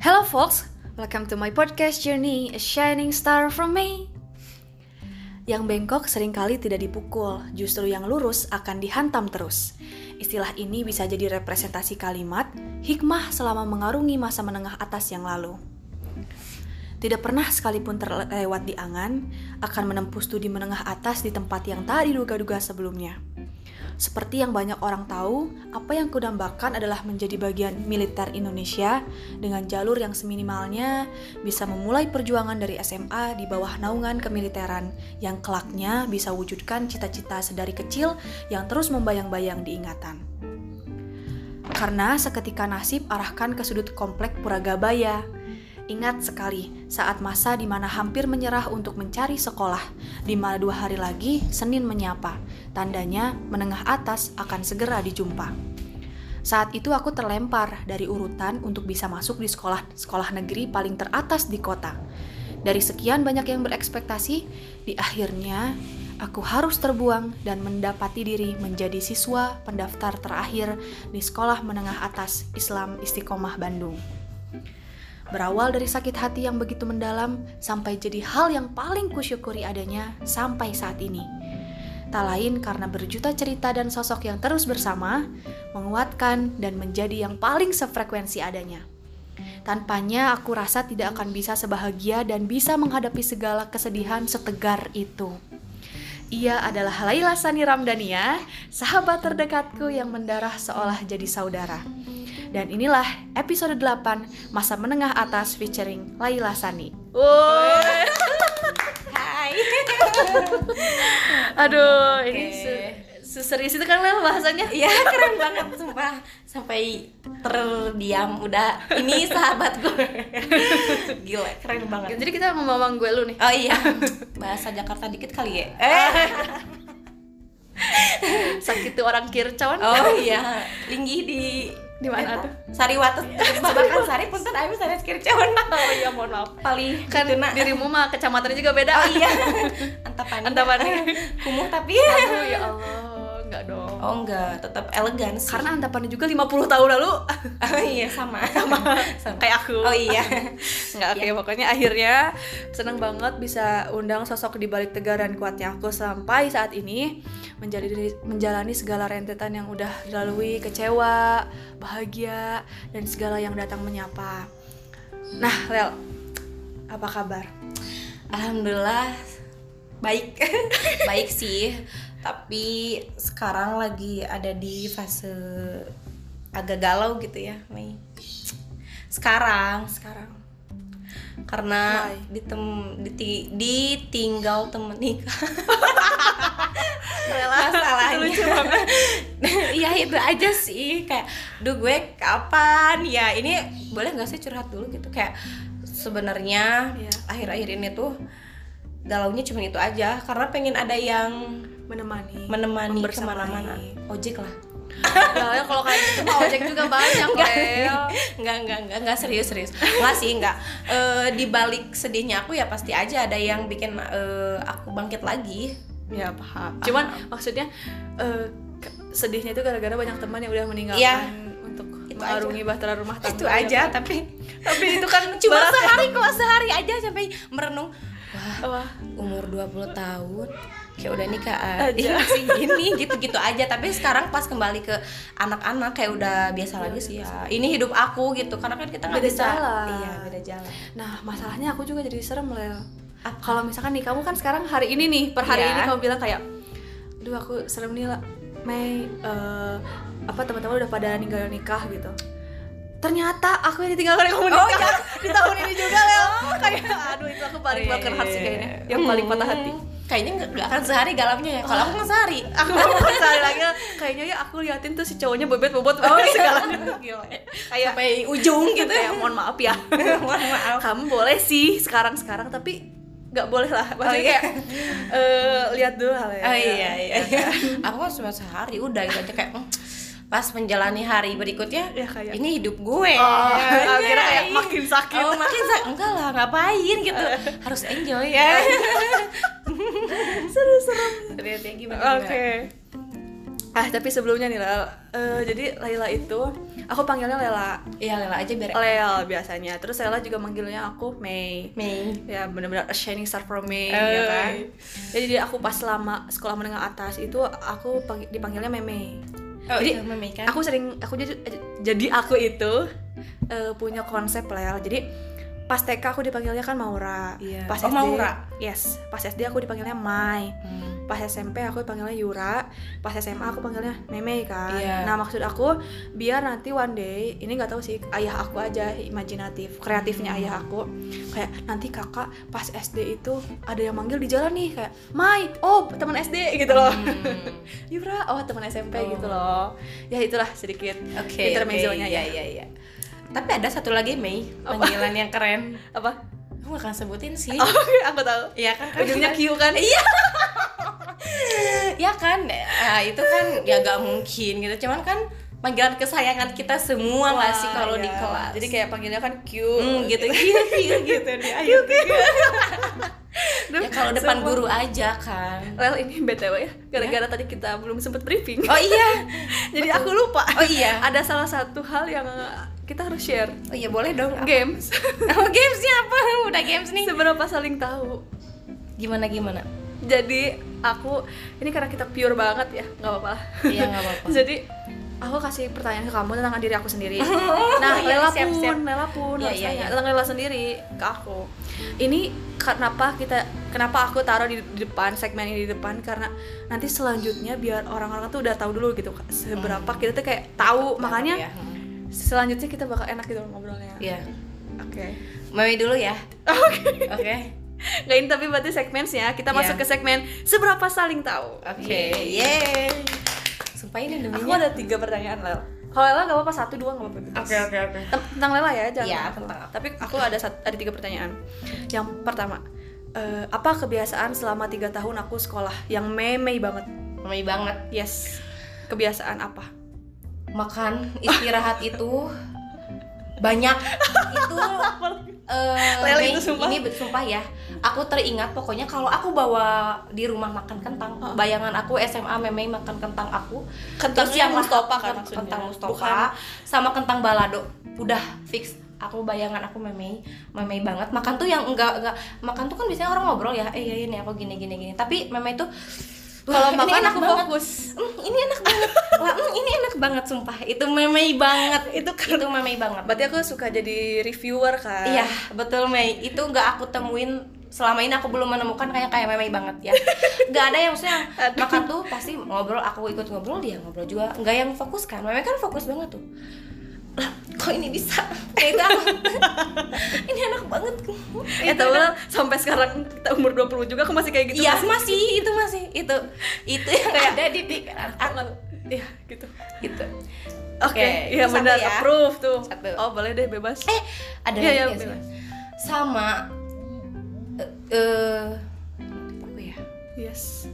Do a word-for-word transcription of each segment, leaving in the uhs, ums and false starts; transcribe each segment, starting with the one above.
Hello folks, welcome to my podcast journey, a shining star from me. Yang bengkok seringkali tidak dipukul, justru yang lurus akan dihantam terus. Istilah ini bisa jadi representasi kalimat, hikmah selama mengarungi masa menengah atas yang lalu. Tidak pernah sekalipun terlewat di angan, akan menempuh studi menengah atas di tempat yang tak diduga-duga sebelumnya. Seperti yang banyak orang tahu, apa yang kudambakan adalah menjadi bagian militer Indonesia dengan jalur yang seminimalnya bisa memulai perjuangan dari S M A di bawah naungan kemiliteran yang kelaknya bisa wujudkan cita-cita sedari kecil yang terus membayang-bayang di ingatan. Karena seketika nasib arahkan ke sudut komplek Puragabaya. Ingat sekali saat masa di mana hampir menyerah untuk mencari sekolah, di mana dua hari lagi Senin menyapa, tandanya menengah atas akan segera dijumpa. Saat itu aku terlempar dari urutan untuk bisa masuk di sekolah-sekolah negeri paling teratas di kota. Dari sekian banyak yang berekspektasi, di akhirnya aku harus terbuang dan mendapati diri menjadi siswa pendaftar terakhir di Sekolah Menengah Atas Islam Istiqomah Bandung. Berawal dari sakit hati yang begitu mendalam sampai jadi hal yang paling kusyukuri adanya sampai saat ini. Tak lain karena berjuta cerita dan sosok yang terus bersama, menguatkan dan menjadi yang paling sefrekuensi adanya. Tanpanya aku rasa tidak akan bisa sebahagia dan bisa menghadapi segala kesedihan setegar itu. Ia adalah Laila Sani Ramdania, sahabat terdekatku yang mendarah seolah jadi saudara. Dan inilah episode delapan Masa Menengah Atas featuring Laila Sani. Wow. Hai. Aduh, okay. Ini se- serius itu kan Lel bahasanya? Iya, keren banget sumpah. Sampai terdiam udah ini sahabat gue. Gila, keren banget. Jadi kita ngomong gue lu nih. Oh iya. Bahasa Jakarta dikit kali ya. Eh. Sakit tuh orang kircon. Oh iya, linggih di di mana tuh? Sariwatut. Bahkan Sari punten ayo sanes kircon. Oh iya, mohon maaf. Palih kan dirimu mah kecamatannya juga beda. Oh iya. Antapani. Antapani. Kumuh tapi. Aduh ya Allah, enggak dong. Oh enggak, tetap elegan sih. Karena Antapani juga lima puluh tahun lalu. Oh iya, sama. sama. sama. Kayak aku. Oh iya. Enggak, oke, okay, ya. Pokoknya akhirnya senang banget bisa undang sosok di balik tegar dan kuatnya aku sampai saat ini. Menjalani, menjalani segala rentetan yang udah dilalui, kecewa, bahagia, dan segala yang datang menyapa. Nah, Lel, apa kabar? Alhamdulillah baik. Baik sih, tapi sekarang lagi ada di fase agak galau gitu ya, Mei. Sekarang, sekarang karena ditem, diti, ditinggal temen nikah. Masalahnya ya itu aja sih, kayak duh gue kapan ya ini boleh nggak sih curhat dulu gitu, kayak sebenarnya ya, akhir-akhir ini tuh galaunya cuma itu aja karena pengen ada yang menemani menemani kemana-mana, ojek lah. Ya, kalau kayak gitu mah ojek juga banyak. Enggak, enggak, enggak, enggak, enggak serius, serius. Enggak sih, enggak. E, di balik sedihnya aku ya pasti aja ada yang bikin e, aku bangkit lagi. Ya paham. Cuman paham. Maksudnya e, sedihnya itu gara-gara banyak teman yang udah meninggalkan ya, untuk mengarungi bahtera rumah tangga. Itu aja, ya, tapi tapi itu kan cuma sehari kok, sehari aja sampai merenung. Wah, Wah, umur dua puluh tahun kayak udah nikah aja sih gini, gitu-gitu aja. Tapi sekarang pas kembali ke anak-anak kayak udah biasa lagi sih ya. Ini hidup aku gitu, karena kan kita nggak bisa jalan. Iya, beda jalan. Nah, masalahnya aku juga jadi serem, Lel. Kalau misalkan nih kamu kan sekarang hari ini nih, per hari ya. Ini kamu bilang kayak, aduh aku serem nih lah, Mei, uh, apa teman-teman udah pada ninggal nikah gitu. Ternyata aku yang ditinggalkan kamu nikah. Oh iya, di tahun ini juga, Lel. Oh, kayak aduh itu aku paling bakar hati sih kayaknya. Yang paling patah hati. Kayaknya nggak akan sehari galamnya ya. Kalau aku nggak sehari, aku mau sehari lagi. Kayaknya ya aku liatin tuh si cowoknya bobot-bobot oh, segalanya. Gila. Kayak sampai ujung gitu ya. Mohon maaf ya. Mohon maaf. Kamu boleh sih sekarang-sekarang tapi nggak boleh lah. Maksudnya oh, iya. kayak uh, lihat dulu hal ya. Oh iya iya. iya. Aku cuma sehari udah gitu aja kayak pas menjalani hari berikutnya ya, kayak ini hidup gue. Oh, ya, kira kayak makin sakit. Oh, makin sakit. Enggak lah, ngapain gitu. Harus enjoy ya. Seru-seru. Ternyata gimana? Oke. Okay. Ah tapi sebelumnya nih Lel, uh, jadi Laila itu aku panggilnya Lela. Iya Lela aja biar Lel biasanya. Terus Lela juga manggilnya aku Mei. Mei. Ya benar-benar a shining star from me, uh. ya kan. Jadi dia aku pas lama sekolah menengah atas itu aku panggil, dipanggilnya Meme. Oh, jadi iya, Meme, kan? aku sering aku jadi jadi aku itu uh, punya konsep Lel. Jadi pas T K aku dipanggilnya kan Maura. Iya. Pas oh, S D, Maura. Yes. Pas S D aku dipanggilnya Mai. Hmm. Pas S M P aku dipanggilnya Yura. Pas S M A aku panggilnya Meme kan. Iya. Nah maksud aku biar nanti one day ini nggak tahu sih ayah aku aja imajinatif kreatifnya hmm. ayah aku kayak nanti kakak pas S D itu ada yang manggil di jalan nih kayak Mai, oh teman S D gitu loh. Hmm. Yura, oh teman S M P oh. gitu loh. Ya itulah sedikit okay, intermezzonya okay. ya. Ya ya. Tapi ada satu lagi Mei, panggilan yang keren. Apa? Aku gak akan sebutin sih. Oh, aku tahu. Iya kan? Ujungnya Q kan? Iya. Ya kan? Nah, itu kan ya gak mungkin gitu. Cuman kan panggilan kesayangan kita semua nggak sih kalau iya. di kelas. Jadi kayak panggilnya kan Q. Hmm, gitu Q Q gitu nih. Ayo Q. Ya kalau depan semua. Guru aja kan. Well ini B T W ya. Gara-gara ya? Tadi kita belum sempat briefing. Oh iya. Jadi betul. Aku lupa. Oh iya. Ada salah satu hal yang kita harus share. Oh iya boleh dong. Games. Oh gamesnya apa? Udah games nih. Seberapa saling tahu? Gimana gimana? Jadi aku ini karena kita pure banget ya, nggak apa-apa. Iya nggak apa-apa. Jadi aku kasih pertanyaan ke kamu tentang diri aku sendiri. Nah, ya, Lela siap, pun, siap. Lela pun ya, harus ya, tanya ya. tentang Lela sendiri ke aku. Ini kenapa kita, kenapa aku taruh di depan segmen ini di depan karena nanti selanjutnya biar orang-orang tuh udah tahu dulu gitu seberapa hmm. kita tuh kayak tahu, makanya ya. Selanjutnya kita bakal enak gitu ngobrolnya. Iya. Oke. Okay. Mami dulu ya. Oke. Okay. Oke. Okay. Nggak ini tapi berarti segmennya kita yeah. masuk ke segmen seberapa saling tahu. Oke. Okay. Yeay. Sumpah ini deminya. Aku ada tiga pertanyaan Lela. Kalau Lela nggak apa-apa satu dua nggak apa-apa. Oke oke oke. Tentang Lela ya jangan. Iya tentang. Tapi aku ada satu, ada tiga pertanyaan. Yang pertama, uh, apa kebiasaan selama tiga tahun aku sekolah yang meme banget? Meme banget. Yes. Kebiasaan apa? Makan, istirahat itu banyak itu. Uh, Lela itu sumpah. Ini sumpah ya. Aku teringat pokoknya kalau aku bawa di rumah makan kentang, uh. bayangan aku S M A Meme makan kentang aku. Kentang yang Mustafa kan maksudnya. Kentang Mustafa sama kentang balado. Udah fix. Aku bayangan aku Meme, Meme banget. Makan tuh yang enggak enggak makan tuh kan biasanya orang ngobrol ya. Eh ya ini aku gini gini gini. Tapi Meme itu kalau makan enak aku banget. fokus. Mm, ini enak banget. Wah, mm, ini enak banget sumpah. Itu Meme banget. itu kan, itu Meme banget. Berarti aku suka jadi reviewer kan. Iya, betul Mei. Itu enggak aku temuin selama ini, aku belum menemukan kayak kayak Meme banget ya. Enggak ada yang maksudnya makan tuh pasti ngobrol, aku ikut ngobrol, dia ngobrol juga. Enggak yang fokus kan. Meme kan fokus banget tuh. Lah, kok ini bisa? Kayak itu aku. Ini enak banget. Eh, tahu lah sampai sekarang kita umur dua puluh juga aku masih kayak gitu. Iya, masih, itu masih. Itu itu yang kayak ada di pikiran aku. Iya, gitu. Gitu. Oke, okay, iya benar ya. Approve tuh. Satu. Oh, boleh deh bebas. Eh, ada ya, lagi ya, sih. Sama eh uh, apa ya? Yes.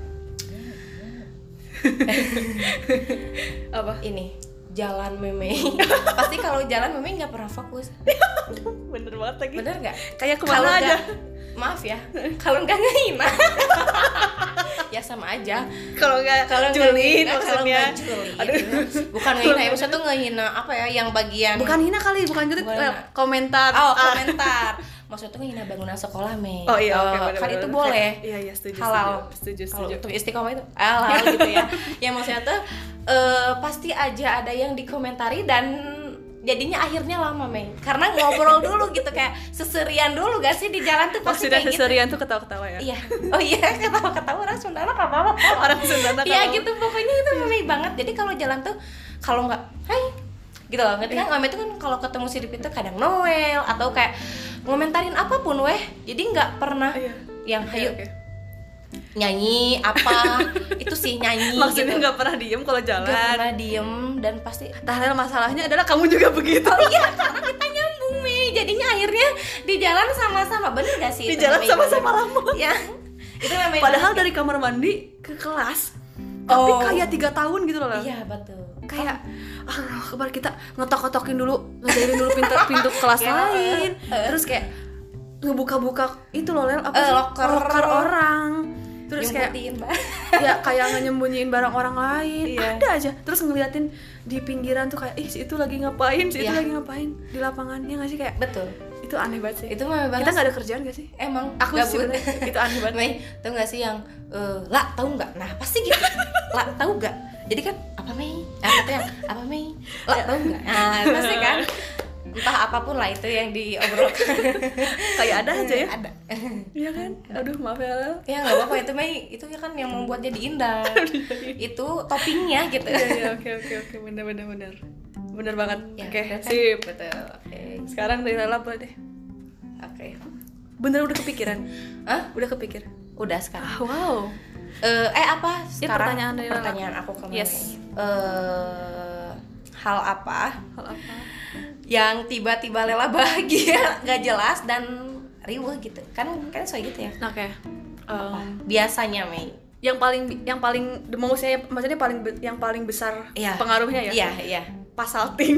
Apa? Ini jalan Meme. Pasti kalau jalan Meme nggak pernah fokus. Bener banget lagi. Bener nggak? Kayak kemana aja. Maaf ya, kalau nggak ngehina. Ya sama aja. Kalau nggak kalau julid maksudnya. Aduh. Bukan ngehina, ya maksudnya tuh ngehina apa ya yang bagian. Bukan hina kali, bukan julid, komentar. Oh, komentar. Maksudnya tuh ngehina bangunan sekolah, Mei. Oh iya, oh, okay, kan itu boleh. Iya, iya, setuju. Halal. Setuju, setuju. Kalau untuk istiqomah itu halal gitu ya. Ya maksudnya tuh uh, pasti aja ada yang dikomentari dan jadinya akhirnya lama, Mei. Karena ngobrol dulu gitu kayak seserian dulu gak sih di jalan tuh pasti sudah kayak seserian gitu. Tuh ketawa-ketawa ya. Iya. Oh iya, ketawa-ketawa orang Sunda apa-apa. Orang Sunda apa? Iya gitu pokoknya itu Mei banget. Jadi kalau jalan tuh kalau enggak, hai gitu loh. Ngerti kan Mei itu kan kalau ketemu si Ripit tuh kadang Noel atau kayak ngomentarin apapun weh, jadi nggak pernah iya. yang hayu okay, okay. nyanyi apa itu sih nyanyi maksudnya nggak gitu. Pernah diem kalau jalan nggak pernah diem dan pasti tahlil masalahnya adalah kamu juga begitu. Oh iya karena kita nyambung Mei jadinya akhirnya di jalan sama-sama, bener gak sih di jalan sama-sama lama ya itu namanya padahal dari kamar mandi ke kelas tapi oh. kayak tiga tahun gitu loh. Iya betul kayak ah kabar kita ngetok-ketokin dulu ngejailin dulu pintu pintu kelas lain terus kayak ngebuka-buka itu loh Lel apa sih uh, locker. locker orang terus kayak Nyembutin, ya kayak nyembunyiin barang orang lain, iya. ada aja. Terus ngeliatin di pinggiran tuh kayak ih si itu lagi ngapain, si itu Iya. lagi ngapain di lapangan, ya nggak sih kayak betul. itu aneh banget sih. Itu mah Kita nggak ada kerjaan gak sih? emang Aku gabut. sih bener, itu aneh banget. Mei, tau gak sih yang uh, lah tahu nggak? Nah pasti gitu. Lah tahu nggak? Jadi kan apa Mei? Ah, kata yang apa Mei? Lah tahu nggak? Nah pasti kan entah apapun lah itu yang diobrolkan. Kayak ada aja ya. Ada. Iya kan? Aduh maaf ya. Ya nggak apa-apa itu Mei, itu ya kan yang membuat jadi indah. Itu toppingnya gitu. Iya iya oke oke oke bener bener bener bener banget. Ya, Oke betul kan? sip. Betul. Oke. Sekarang dari Lela apa deh? Oke. Bener udah kepikiran? Hah? Udah kepikir? Udah sekarang. Ah, wow. Eh, eh apa sekarang pertanyaan dari Lala. pertanyaan aku ke Mei. Yes. Eh, hal apa Hal apa? yang tiba-tiba Lela bahagia nggak jelas dan riuh gitu kan kan soal gitu ya. Oke. Apa? Um, Biasanya Mei. yang paling yang paling the most ya maksudnya paling be- yang paling besar Iya. pengaruhnya ya. Iya iya. Pas salting.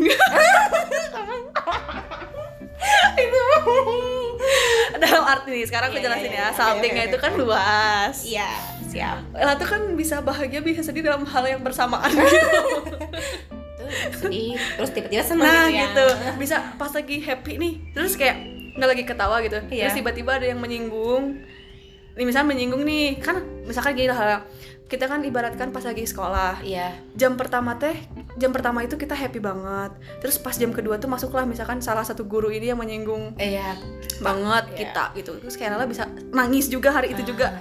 Itu. Dalam arti nih sekarang aku Iya, jelasin iya, ya. iya. Saltingnya Oke, itu oke, kan oke. luas. Iya siap. Ella tuh kan bisa bahagia bisa sedih dalam hal yang bersamaan gitu. Tuh sedih terus tiba-tiba senang Nah gitu, ya. gitu. Bisa pas lagi happy nih, terus kayak nggak lagi ketawa gitu. Iya. Terus tiba-tiba ada yang menyinggung. Nih misalnya menyinggung nih, kan misalkan gini lah. Kita kan ibaratkan pas lagi sekolah. Iya. Jam pertama teh, jam pertama itu kita happy banget. Terus pas jam kedua tuh masuklah misalkan salah satu guru ini yang menyinggung Iya. banget Iya. kita gitu. Terus kayak Lala bisa nangis juga hari itu juga.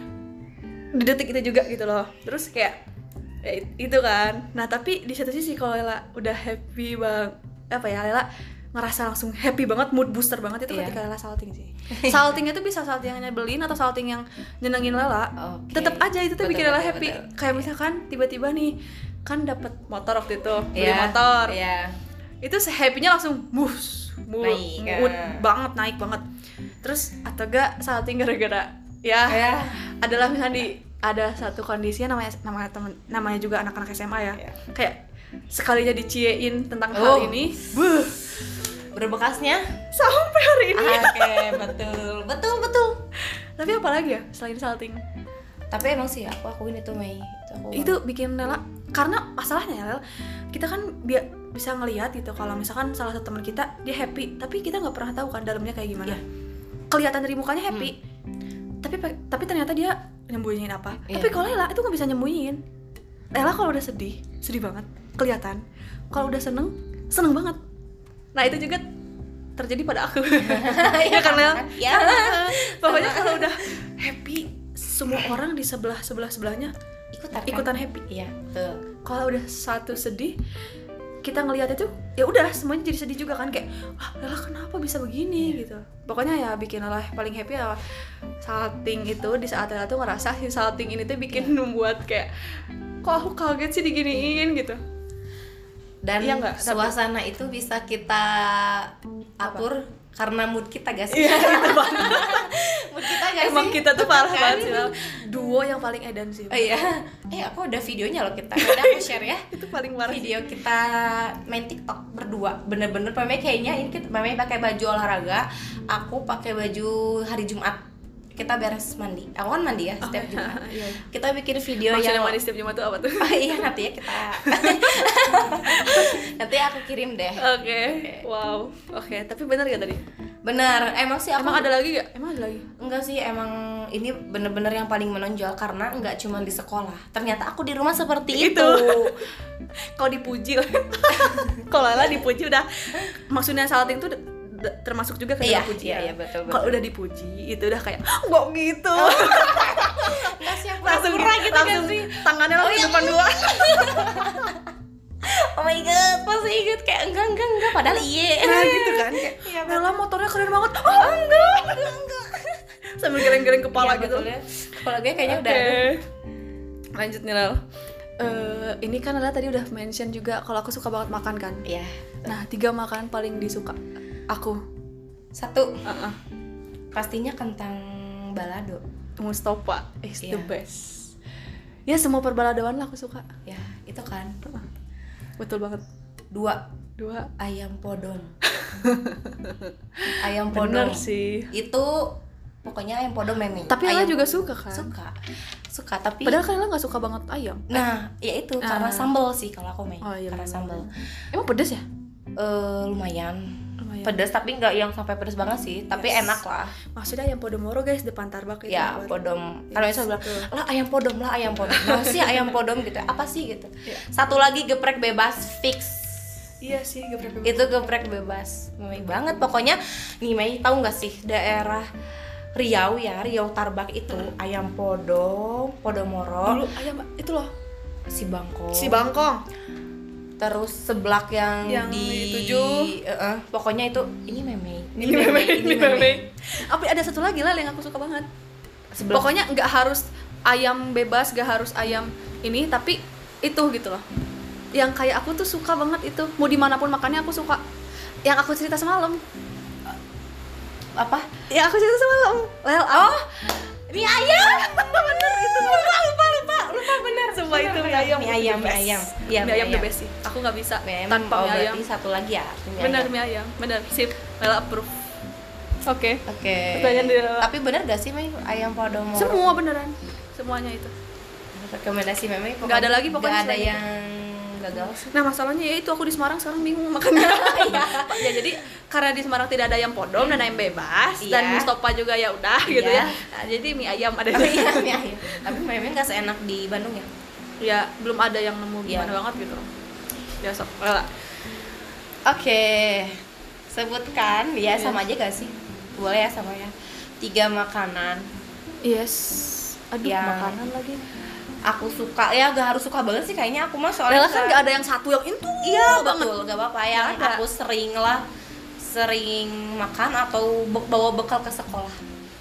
Di detik itu juga gitu loh. Terus kayak ya, it- itu kan. Nah, tapi di satu sisi kalau Lela udah happy bang, apa ya Lela ngerasa langsung happy banget, mood booster banget itu Iya. ketika Lela salting sih. Salting itu bisa salting yang nyebelin atau salting yang nyenengin Lela. Oke. Tetap aja itu tuh Betul, bikin Lela betul, happy. betul. Kayak misalkan tiba-tiba nih kan dapat motor waktu itu, beli Iya. motor. Iya. Itu happy-nya langsung bus, mood, Naik, mood ah. banget, naik banget. Terus atau enggak salting gara-gara ya Iya. adalah misalnya di ada satu kondisi namanya namanya temen namanya juga anak-anak S M A ya. Iya. Kayak sekalinya diciein tentang Oh. hal ini, buh, Berbekasnya. sampai hari ini. Oke, betul. Betul, betul. Tapi apa lagi ya selain salting? Tapi emang sih aku akuin itu Mei. Itu aku Itu bikin Lela karena masalahnya ya Lela, kita kan bi- bisa ngelihat gitu kalau misalkan salah satu teman kita dia happy, tapi kita nggak pernah tahu kan dalamnya kayak gimana. Iya. Kelihatan dari mukanya happy. Tapi tapi ternyata dia nyembunyiin apa. Iya. Tapi kalau Lela itu nggak bisa nyembunyiin. Lela kalau udah sedih, sedih banget, kelihatan. Kalau udah seneng, seneng banget. Nah itu juga terjadi pada aku. ya kan, Lel? Ya. Pokoknya kalau udah happy, semua orang di sebelah sebelah sebelahnya Ikutan. kan? ikutan happy. Iya, betul. Kalau udah satu sedih, kita ngelihat itu, ya udah semuanya jadi sedih juga kan kayak, ah Lela kenapa bisa begini gitu. Pokoknya ya bikin Lela paling happy adalah salting itu di saat Lela tuh ngerasa si salting ini tuh bikin membuat kayak, kok aku kaget sih diginiin gitu. Dan Iya nggak? Tapi- suasana itu bisa kita atur karena mood kita gak sih? Iya gitu banget. Mood kita gak Emang sih? kita tuh parah Kan? banget sih Lel. Duo yang paling edan sih. Oh iya. Eh aku ada videonya loh kita. Udah aku share ya. Itu paling parah. Video kita main TikTok berdua. Bener-bener Mame kayaknya ini kita Mame pakai baju olahraga, aku pakai baju hari Jumat. Kita beres mandi. Aku kan mandi ya setiap Jumat. Iya. Kita bikin video Maksudnya yang mandi setiap Jumat tuh apa tuh? Oh iya nanti ya kita. Nanti aku kirim deh. Oke. Wow. Oke, tapi benar gak tadi? Bener, emang sih aku Emang ada lagi gak? Emang ada lagi? enggak sih, emang ini bener-bener yang paling menonjol karena enggak cuma di sekolah. Ternyata aku di rumah seperti itu. Itu. Kalau dipuji lah. Kalau Lala dipuji udah maksudnya salting tuh d- d- termasuk juga ke Iya, dalam pujian. iya, iya, betul, betul. Kalau udah dipuji itu udah kayak kok gitu. Enggak sih, aku langsung pura gitu kan langsung sih. tangannya langsung iya. depan dua. Oh my god, pasti inget kayak enggak enggak enggak padahal iya. Nah gitu kan kayak Iya, Lala motornya keren banget. Oh enggak. enggak. Sambil geleng-geleng kepala Iya, gitu. betul ya. Kepala gue kayaknya Oke. udah ada. Lanjut nih Lala. Eh, ini kan Lala tadi udah mention juga kalau aku suka banget makan kan. Iya. Nah, tiga makanan paling disuka aku. Satu, Uh-uh. pastinya kentang balado. Mustafa is the Iya. best. Ya semua perbaladoan lah aku suka. Ya, itu kan. Betul banget. Dua, Dua. ayam podong. Ayam Bener podong. sih. Itu pokoknya ayam podom meme. Tapi Ella ayam juga suka kan? Suka. Suka tapi Padahal kan Ella nggak suka banget ayam. Nah, ya itu Ah. karena sambal sih kalau aku main. Oh, iya, karena bener. sambal. Emang pedes ya? Eh lumayan. Lumayan. Pedas tapi nggak yang sampai pedas banget sih, tapi Yes. enak lah. Maksudnya ayam Podomoro guys, depan Tarbak itu. Ya, buat- podom. Yes, Kalau misalnya bilang, betul. lah ayam podom, lah ayam podom. Nah sih ayam podom gitu. Apa sih gitu? Iya. Satu lagi geprek bebas fix. Iya sih, geprek bebas. Itu geprek bebas. Meme banget. Pokoknya nih Mei tahu nggak sih daerah Riau ya, Riau Tarbak itu ayam podom, podomoro, Dulu ayam itu loh, si bangkong. si Bangkong. Terus seblak yang, Yang di tujuh. Eh, eh, pokoknya itu ini meme. Ini meme, ini meme. Apa ada satu lagi lah yang aku suka banget. Seblak. Pokoknya nggak harus ayam bebas, nggak harus ayam ini, tapi itu gitu loh. Yang kayak aku tuh suka banget itu. Mau dimanapun makannya aku suka. Yang aku cerita semalam. apa? Yang aku cerita semalam. Lel, Oh, mie ayam. Bener itu. Lupa lupa lupa lupa bener. Semua itu Bener, mie ayam. Mie ayam, the mie best. ayam. Iya, Mie ayam the best sih. Aku nggak bisa Mie ayam. tanpa Oh, mie ayam. berarti satu lagi ya. mie Bener ayam. mie ayam, bener. Sip. Lel approve. Oke. Oke. Pertanyaan dari Lela. Tapi bener gak sih Mei ayam podomoro? Semua beneran. Semuanya itu. Rekomendasi Mei. Nggak ada lagi pokoknya Nggak ada selain yang gagal sih. Nah masalahnya ya itu aku di Semarang sekarang bingung makannya. Ya jadi karena di Semarang tidak ada ayam podom dan ayam bebas Iya. dan Mustofa juga ya udah gitu Iya. ya. Nah, jadi mie ayam ada. Oh, iya, mie ayam. Tapi Mei nggak seenak di Bandung ya? Ya belum ada yang nemu Iya. gimana banget gitu. Ya sok. Lela. Oke. Sebutkan ya Iya. sama aja gak sih? Boleh ya sama ya. Tiga makanan Yes. Aduh Yang- makanan lagi. aku suka, ya gak harus suka banget sih kayaknya aku mah soalnya Lela kan nggak ada yang satu yang itu. Iya banget. betul, gak apa-apa yang Nggak ada. aku sering lah sering makan atau be- bawa bekal ke sekolah.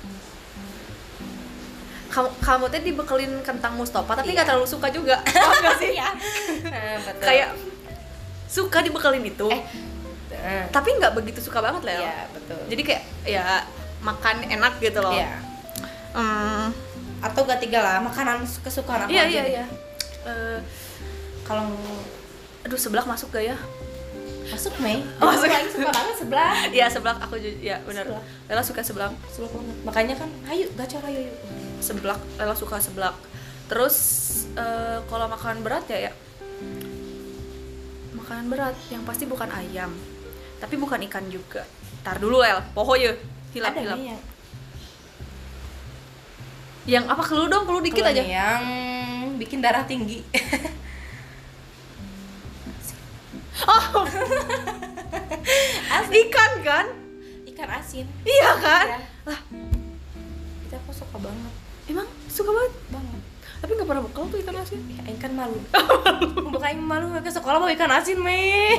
Kamu kamu teh dibekelin kentang Mustofa tapi nggak Iya. terlalu suka juga. Oh enggak sih? Iya. Nah, betul. Kayak suka dibekelin itu. eh eh, Tapi nggak begitu suka banget Lel. iya betul. Jadi kayak ya makan enak gitu loh. Iya. Hmm, Atau gak tiga lah makanan kesukaan aku iya aja iya deh. iya. Eh, Kalau aduh seblak masuk gak ya? masuk Mei, Oh, masuk. aku lagi suka banget sebelah. Iya seblak aku juga ya benar. Seblak. Lela suka seblak. Sebelah banget. Makanya kan, ayo gacor ayo yuk. Seblak Lela suka seblak. Terus eh, kalau makanan berat ya ya makanan berat yang pasti bukan ayam, tapi bukan ikan juga. Tar dulu Lel, poho ya. Hilap Ada hilap. nih yang Yang apa keluh dong, keluh dikit kalau aja. nih yang bikin darah tinggi. Oh. Ikan kan? Ikan asin. Iya kan? Ya. Lah, Itu aku suka banget, emang suka banget. banget. Tapi nggak pernah bekal tuh ikan asin. Ya, ikan malu. Bukan malu ke sekolah bawa ikan asin, Mei.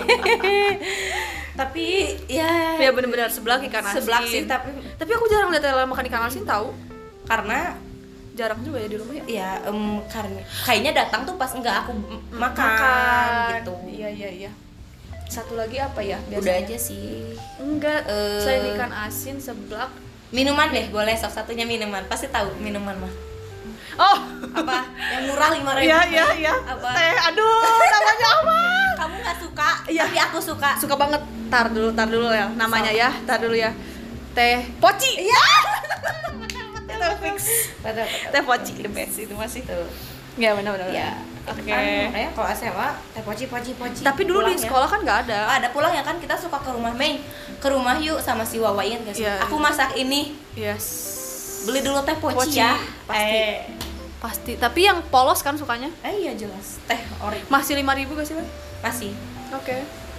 Tapi ya Ya benar-benar seblak ikan asin. seblak sih, tapi Tapi aku jarang lihat Lela makan ikan asin tahu. karena Jarang juga ya di rumah ya. ya em, karena kayaknya datang tuh pas enggak aku m- makan, gitu. Iya iya iya. Satu lagi apa ya? Udah biasanya? aja sih. Enggak. Eh. Selain ikan asin, seblak. Minuman deh, boleh sok satunya minuman. Pasti tahu minuman mah. Oh. Apa? Yang murah lima ribu. Iya iya iya. Apa? Teh, aduh, namanya apa? Kamu nggak suka, Iya. tapi aku suka. Suka banget. Tar dulu, tar dulu ya. Namanya Sama. ya. Tar dulu ya. Teh poci. Iya. Itu fix. Betul, betul. Teh poci the best itu masih. Tuh. Ya benar benar. Ya. Oke. Kan, makanya kalau S M A teh poci poci poci. Tapi dulu di Pulangnya. sekolah kan nggak ada. ada pulang ya kan kita suka ke rumah Mei. Ke rumah yuk sama si Wawa ingat gak sih? Iya, Aku iya. masak ini. Yes. Beli dulu teh poci, Poci, ya. pasti. Eh. Pasti. Tapi yang polos kan sukanya. Eh iya jelas. Teh ori. Masih lima ribu gak sih, Bang? Masih. Oke.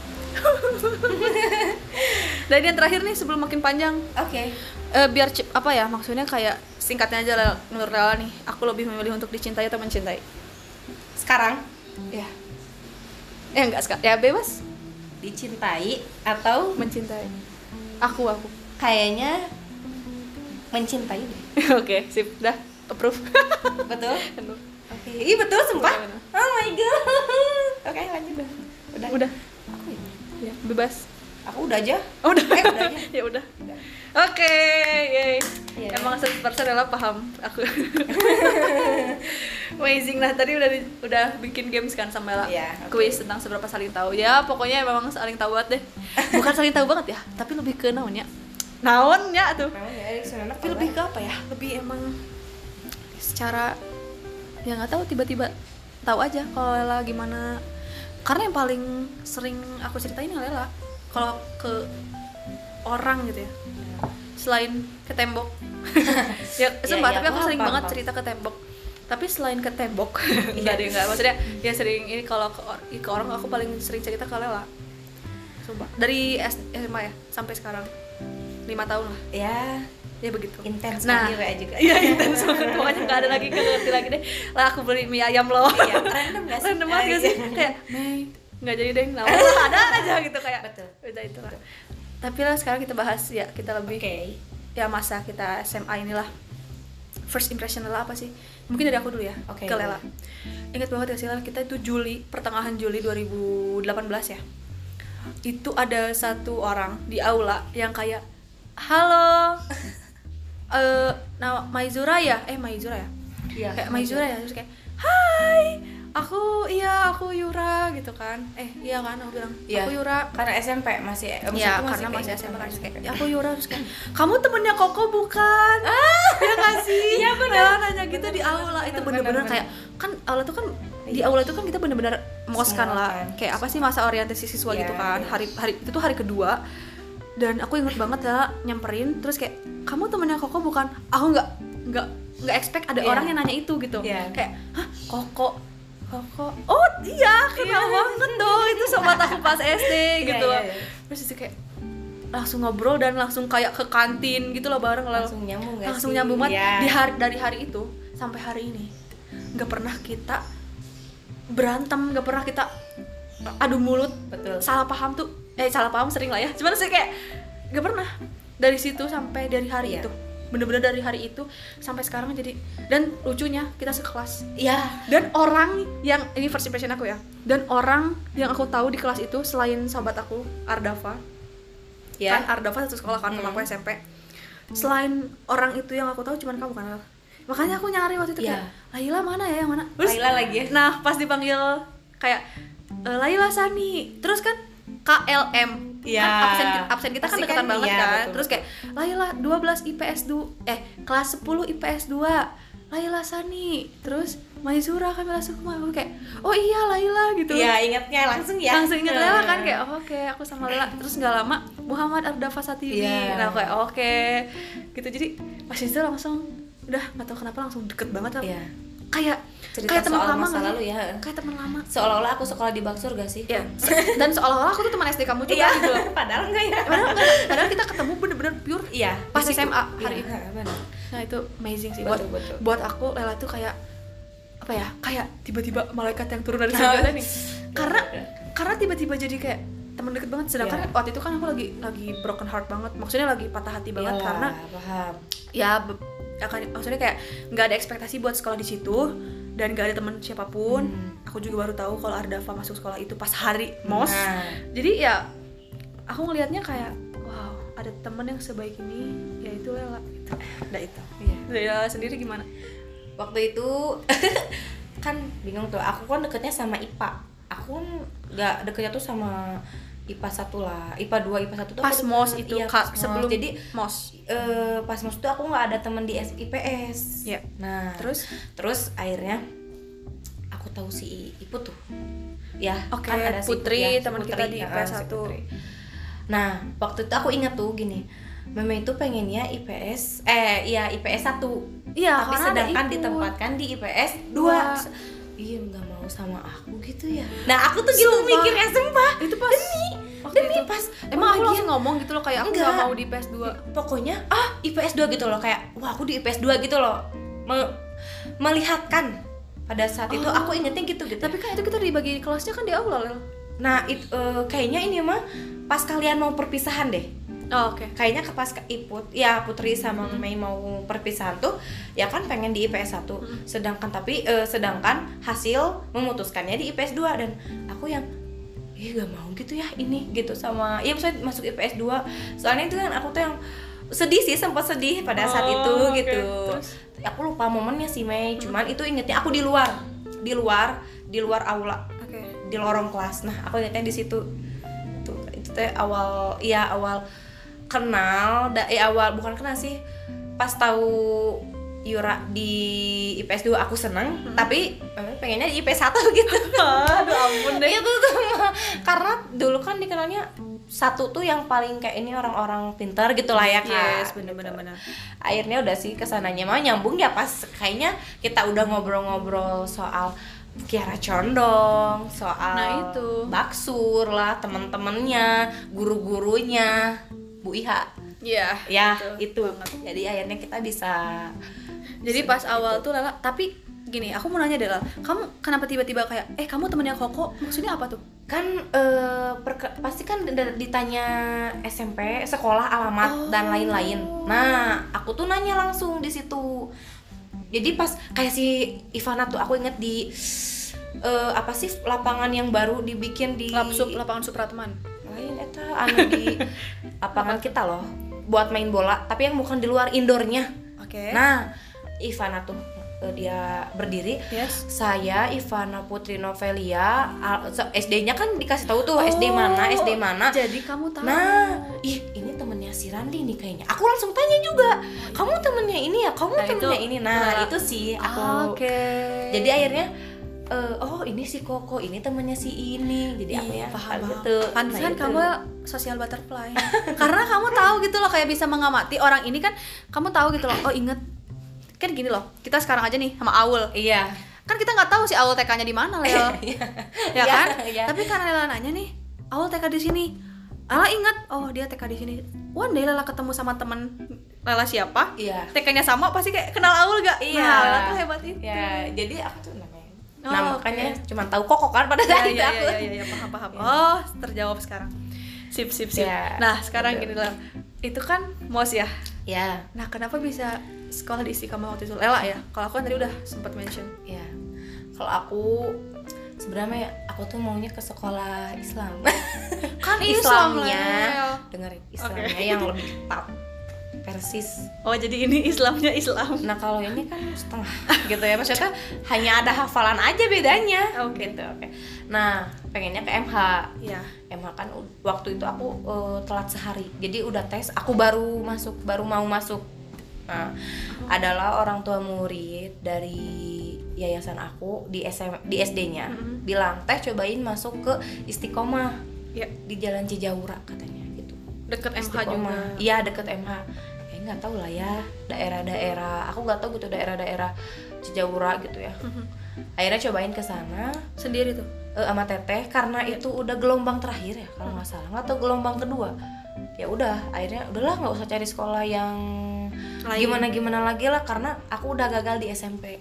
Dan yang terakhir nih sebelum makin panjang, Oke. eh, biar cep- apa ya maksudnya kayak singkatnya aja Lel, menurut Lela nih, aku lebih memilih untuk dicintai atau mencintai. Sekarang Ya. Eh enggak sekali. Ya bebas. dicintai atau Mencintai. Aku aku. kayaknya mencintai deh. Oke, sip. Dah, approve. Betul? Aduh. Oke. Ih betul sumpah. Betul, betul. Oh my god. Oke, lanjut dah. Udah. Udah. Aku ya. Ya, bebas. Aku udah aja. Oh, udah. Eh, udah aja. Ya udah. Udah. Oke, yay. Iya. Emang seratus persen adalah paham aku. Amazing lah, tadi udah di- udah bikin games kan sama Ella. Iya, oke. Quiz tentang seberapa saling tahu. Ya, pokoknya memang saling tahu banget deh. Bukan saling tahu banget ya, tapi lebih ke namanya naonnya tuh. Naon ya Erikson Tapi lebih ke apa ya? Lebih emang secara ya nggak tahu, tiba-tiba tahu aja kalau Lela gimana. Karena yang paling sering aku ceritain ya Lela kalau ke orang gitu ya, selain ke tembok. ya sumpah, ya, ya, tapi aku paham, sering paham, banget paham. cerita ke tembok. Tapi selain ke tembok, enggak deh, enggak, maksudnya ya sering ini kalau ke, or- ke orang aku paling sering cerita ke Lela. Sumpah, dari S M A ya sampai sekarang lima tahun lah. Ya, Ya begitu. intens Nah, sekali W A juga. Iya intens banget, pokoknya nggak ada lagi, nggak ngerti lagi deh. Lah aku beli mie ayam loh. Iya, random gak sih? Random banget gak sih? Kayak Mei nggak jadi deh, nah ada aja gitu kayak. Betul. Udah itu lah. Tapi lah sekarang kita bahas ya, kita lebih Oke. Okay. ya masa kita S M A inilah. First impression Lela apa sih? Mungkin dari aku dulu ya, Oke. ke Lela. Ingat banget ya sih Lela, kita itu Juli, pertengahan Juli dua ribu delapan belas ya. Itu ada satu orang di aula yang kayak, halo, eh nama Maizura ya, eh Maizura ya, Iya. kayak Maizura ya, terus kayak, hai, aku iya aku Yura gitu kan, eh iya kan aku bilang, Iya. aku Yura. Karena S M P masih eh, Iya, maksudku karena kayak masih gitu, S M P kan, terus kayak, S M P. ya aku Yura, terus kayak, kamu temennya Koko bukan? Ah, ya nggak sih? Iya benar. Nanya gitu di aula, itu benar, bener-bener benar. kayak, kan aula tuh kan di aula itu kan kita bener-bener mos kan Semua lah, kan. kayak apa sih masa orientasi siswa Iya, gitu kan, iya. hari hari itu tuh hari kedua, dan aku inget banget ya nyamperin, terus kayak, kamu temennya Koko bukan? Aku nggak nggak nggak expect ada Iya. orang yang nanya itu gitu, Iya. kayak, hah Koko? Koko, oh iya kenal banget dong, itu sobat aku pas S D gitu Iya, loh. iya, iya. Terus itu kayak langsung ngobrol dan langsung kayak ke kantin gitu loh bareng lah. Langsung nyambung gak Langsung sih? nyambung banget. Iya. Di hari, dari hari itu sampai hari ini nggak pernah kita berantem, nggak pernah kita adu mulut, Betul. salah paham tuh, eh salah paham sering lah ya, cuman sih kayak nggak pernah. Dari situ sampai dari hari Iya. itu, bener-bener dari hari itu sampai sekarang. Jadi, dan lucunya kita sekelas. Iya. Dan orang yang, ini first impression aku ya, dan orang yang aku tahu di kelas itu selain sahabat aku Ardava, Ya. kan Ardava satu sekolah kan sama Hmm. aku S M P, selain orang itu yang aku tahu cuman kamu kan. Makanya aku nyari waktu itu Iya. kayak, Laila mana ya, yang mana? Terus, Laila lagi ya. nah pas dipanggil kayak e, Laila Sani, terus kan K L M, Iya. kan absen, absen kita kan Pasti deketan kan, banget iya, kan, betul, terus kayak Laila dua belas I P S dua, eh kelas sepuluh I P S dua, Laila Sani, terus Maizura Kamila Sukma, aku kayak oh iya Laila gitu. Iya, ingatnya langsung ya. Langsung inget Lela kan, kayak oh, oke okay, aku sama Lela. Terus nggak lama Muhammad Ardava Satibi, Iya. nah aku kayak oke okay. gitu. Jadi pas itu langsung udah nggak tahu kenapa langsung deket banget lah. Iya. Kayak Cerita kayak teman soal lama masa nggak sih? lalu ya. Kayak teman lama. Seolah-olah aku sekolah di Baksur gak sih? Ya. Dan seolah-olah aku tuh teman S D kamu juga Iya. gitu loh. Padahal enggak ya. Padahal enggak, padahal kita ketemu bener-bener pure Iya. pas di S situ. M A hari Iya, itu. benar. Nah itu amazing sih Betul, buat betul. buat aku. Lela tuh kayak apa ya, kayak tiba-tiba malaikat yang turun dari surga nih. Karena karena tiba-tiba jadi kayak teman deket banget. Sedangkan Iya. waktu itu kan aku lagi lagi broken heart banget, maksudnya lagi patah hati banget. Iyalah, Karena paham. ya be- akan maksudnya kayak nggak ada ekspektasi buat sekolah di situ dan nggak ada teman siapapun. Hmm. Aku juga baru tahu kalau Ardava masuk sekolah itu pas hari mos. Nah. Jadi ya aku ngelihatnya kayak wow, ada temen yang sebaik ini, ya itu Lela gitu. Nah itu. Iya. Lela sendiri gimana? Waktu itu kan bingung tuh, aku kan deketnya sama I P A. Aku nggak deketnya tuh sama I P A satu lah, I P A dua, I P A satu tuh Pas aku mos deket. itu Iya, Kak, pas mos. sebelum Jadi mos. eh, pas mos tuh aku nggak ada temen di I P S. Iya. Nah Terus? terus akhirnya aku tahu si Ipu tuh, ya Oke, kan ada si Putri, Putri, ya, si teman Putri, kita di ya, I P S si satu. Putri. Nah waktu itu aku ingat tuh gini, Meme itu pengennya I P S, eh iya I P S satu, Iya, tapi karena ada sedangkan Ipu. ditempatkan di I P S Dua. dua. Iya nggak mau sama aku gitu ya. Nah aku tuh gitu Sumpah. mikirnya, sumpah. Itu pas Demi, waktu demi itu. pas Emang aku pembagian. langsung ngomong gitu loh kayak aku Enggak. nggak mau di I P S dua. Pokoknya ah I P S dua gitu loh, kayak wah aku di I P S dua gitu loh. Me- melihatkan pada saat itu Oh. aku ingetnya gitu gitu. Tapi kan itu kita dibagi kelasnya kan di aula, Lel. Nah itu eh, kayaknya ini mah pas kalian mau perpisahan deh. Oh, oke. Kayaknya ke pas ke Iput, ya Putri sama Mei mau perpisahan tuh, ya kan pengen di I P S satu. Hmm. Sedangkan tapi eh, sedangkan hasil memutuskannya di I P S dua, dan aku yang ih gak mau gitu ya ini gitu sama, iya maksudnya masuk I P S dua. Soalnya itu kan aku tuh yang sedih sih, sempat sedih pada saat Oh, itu oke. gitu. Terus? Aku lupa momennya sih Mei, cuman itu ingetnya aku di luar, di luar, di luar aula, Oke. di lorong kelas. Nah aku ingetnya di situ tuh, itu teh awal, iya awal kenal dari awal, bukan kenal sih, pas tahu Yura di I P S dua aku seneng, hmm. tapi pengennya di I P S satu gitu. Aduh ampun deh. Itu tuh karena dulu kan dikenalnya satu tuh yang paling kayak ini orang-orang pintar gitu lah ya Kak. Yes, bener-bener bener. Akhirnya udah sih kesananya mah nyambung ya pas kayaknya kita udah ngobrol-ngobrol soal Kiara Condong, soal nah, itu. Baksur lah, temen-temennya, guru-gurunya, Bu Iha. Iya. Ya, itu. itu. Jadi akhirnya kita bisa. Jadi pas awal tuh Lela, tapi gini, aku mau nanya deh Lela, kamu kenapa tiba-tiba kayak, eh kamu temennya Koko, maksudnya apa tuh? Kan uh, perke- pasti kan ditanya S M P, sekolah, alamat oh. dan lain-lain. Nah, aku tuh nanya langsung di situ. Jadi pas kayak si Ivana tuh aku inget di uh, apa sih lapangan yang baru dibikin di Lapsup, lapangan Supratman. Lain eta anu di lapangan kita loh, buat main bola, tapi yang bukan di luar indoornya. Oke. Okay. Nah, Ivana tuh dia berdiri, yes. Saya Ivana Putri Novelia, S D-nya kan dikasih tahu tuh, oh, S D mana, S D mana. Jadi kamu tahu. Nah, ih ini temennya si Randi nih kayaknya. Aku langsung tanya juga, kamu temennya ini ya, kamu nah, temennya itu, ini. Nah, nah itu sih aku. Oke. Okay. Jadi akhirnya, uh, oh ini si Koko, ini temennya si ini. Jadi aku ya paham gitu. Pantesan nah, kamu sosial butterfly. Karena kamu tahu gitu loh, kayak bisa mengamati orang ini kan. Kamu tahu gitu loh, oh inget. Kan gini loh, kita sekarang aja nih sama Aul. Iya. Kan kita nggak tahu si Aul T K-nya di mana, Lel. Ya kan? Iya. Tapi karena Lela nanya nih, Aul T K di sini. Lela ingat, oh dia T K di sini. One day Lela ketemu sama temen Lela siapa? Iya. T K-nya sama, pasti kayak kenal Aul gak? Iya. Nah, Lela tuh hebat itu. Ya, jadi aku tuh namanya. Oh, nah, makanya okay. Cuma tahu Koko kan pada saat ya, itu ya, aku. Iya, iya, iya, paham, paham. Ya. Oh, terjawab sekarang. Sip, sip, sip. Ya, nah, sekarang betul. Gini lah. Itu kan M O S ya? Ya. Nah, kenapa bisa sekolah di Istiqomah waktu itu? Lela ya? Kalau aku kan tadi udah sempat mention. Ya. Kalau aku sebenarnya aku tuh maunya ke sekolah Islam. Kan Islamnya, dengerin Islamnya okay. Yang lebih ketat. Persis. Oh, jadi ini Islamnya Islam. Nah, kalau ini kan setengah gitu ya. Maksudnya hanya ada hafalan aja bedanya. Oh, gitu. Oke. Okay. Nah, pengennya ke M H. Iya. M H kan waktu itu aku uh, telat sehari. Jadi udah tes, aku baru masuk, baru mau masuk. Nah, oh. Adalah orang tua murid dari yayasan aku di S M di S D-nya mm-hmm. bilang, "Teh cobain masuk ke Istiqomah." Ya, di Jalan Cijaura katanya gitu. Deket M H juga. Iya, deket M H. Ya nggak tahu lah ya, daerah-daerah. Aku nggak tahu gitu daerah-daerah Cijaura gitu ya. Mm-hmm. Akhirnya cobain ke sana sendiri tuh. Uh, sama teteh karena ya. Itu udah gelombang terakhir ya kalau nggak salah, nggak tahu gelombang kedua. Ya udah, akhirnya udahlah nggak usah cari sekolah yang gimana gimana lagi lah karena aku udah gagal di S M P.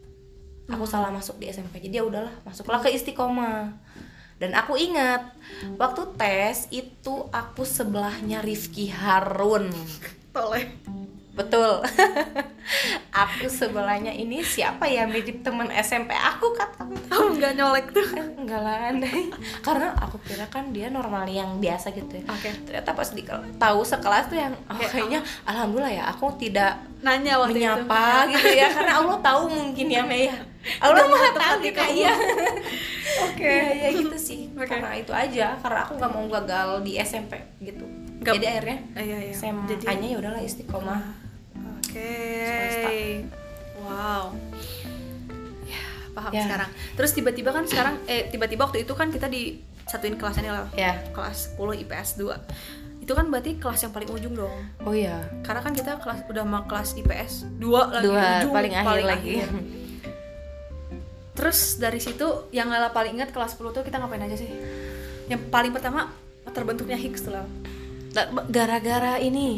Aku hmm. salah masuk di S M P. Jadi ya udahlah, masuklah ke Istiqomah. Dan aku ingat waktu tes itu aku sebelahnya Rifki Harun. Toleh. Betul. Aku sebelahnya ini siapa ya, mirip teman S M P aku kata. Oh, enggak nyolek tuh. Enggak lah, andai. Karena aku kira kan dia normal yang biasa gitu ya. Oke. Okay. Ternyata pas di tahu sekelas tuh yang oh, kayaknya oh. Alhamdulillah ya aku tidak nanya waktu menyapa itu. Gitu ya karena Allah tahu mungkin ya Mei. Allah Maha tahu gitu ya. Oke. Ya, ya gitu sih. Okay. Karena itu aja, karena aku enggak mau gagal di S M P gitu. Gak. Jadi akhirnya eh, iya, iya. S M A-nya ya udahlah Istiqomah. Oke. Okay. Wow. Ya, paham ya. Sekarang. Terus tiba-tiba kan sekarang eh tiba-tiba waktu itu kan kita disatuin kelasnya lah. Ya. Kelas sepuluh I P S dua. Itu kan berarti kelas yang paling ujung dong. Oh iya. Karena kan kita kelas udah mau kelas I P S dua lagi dua, ujung paling akhir paling lagi. Akhir. Terus dari situ yang Lela paling ingat kelas sepuluh tuh kita ngapain aja sih? Yang paling pertama terbentuknya Higgs tuh Lela. Gara-gara ini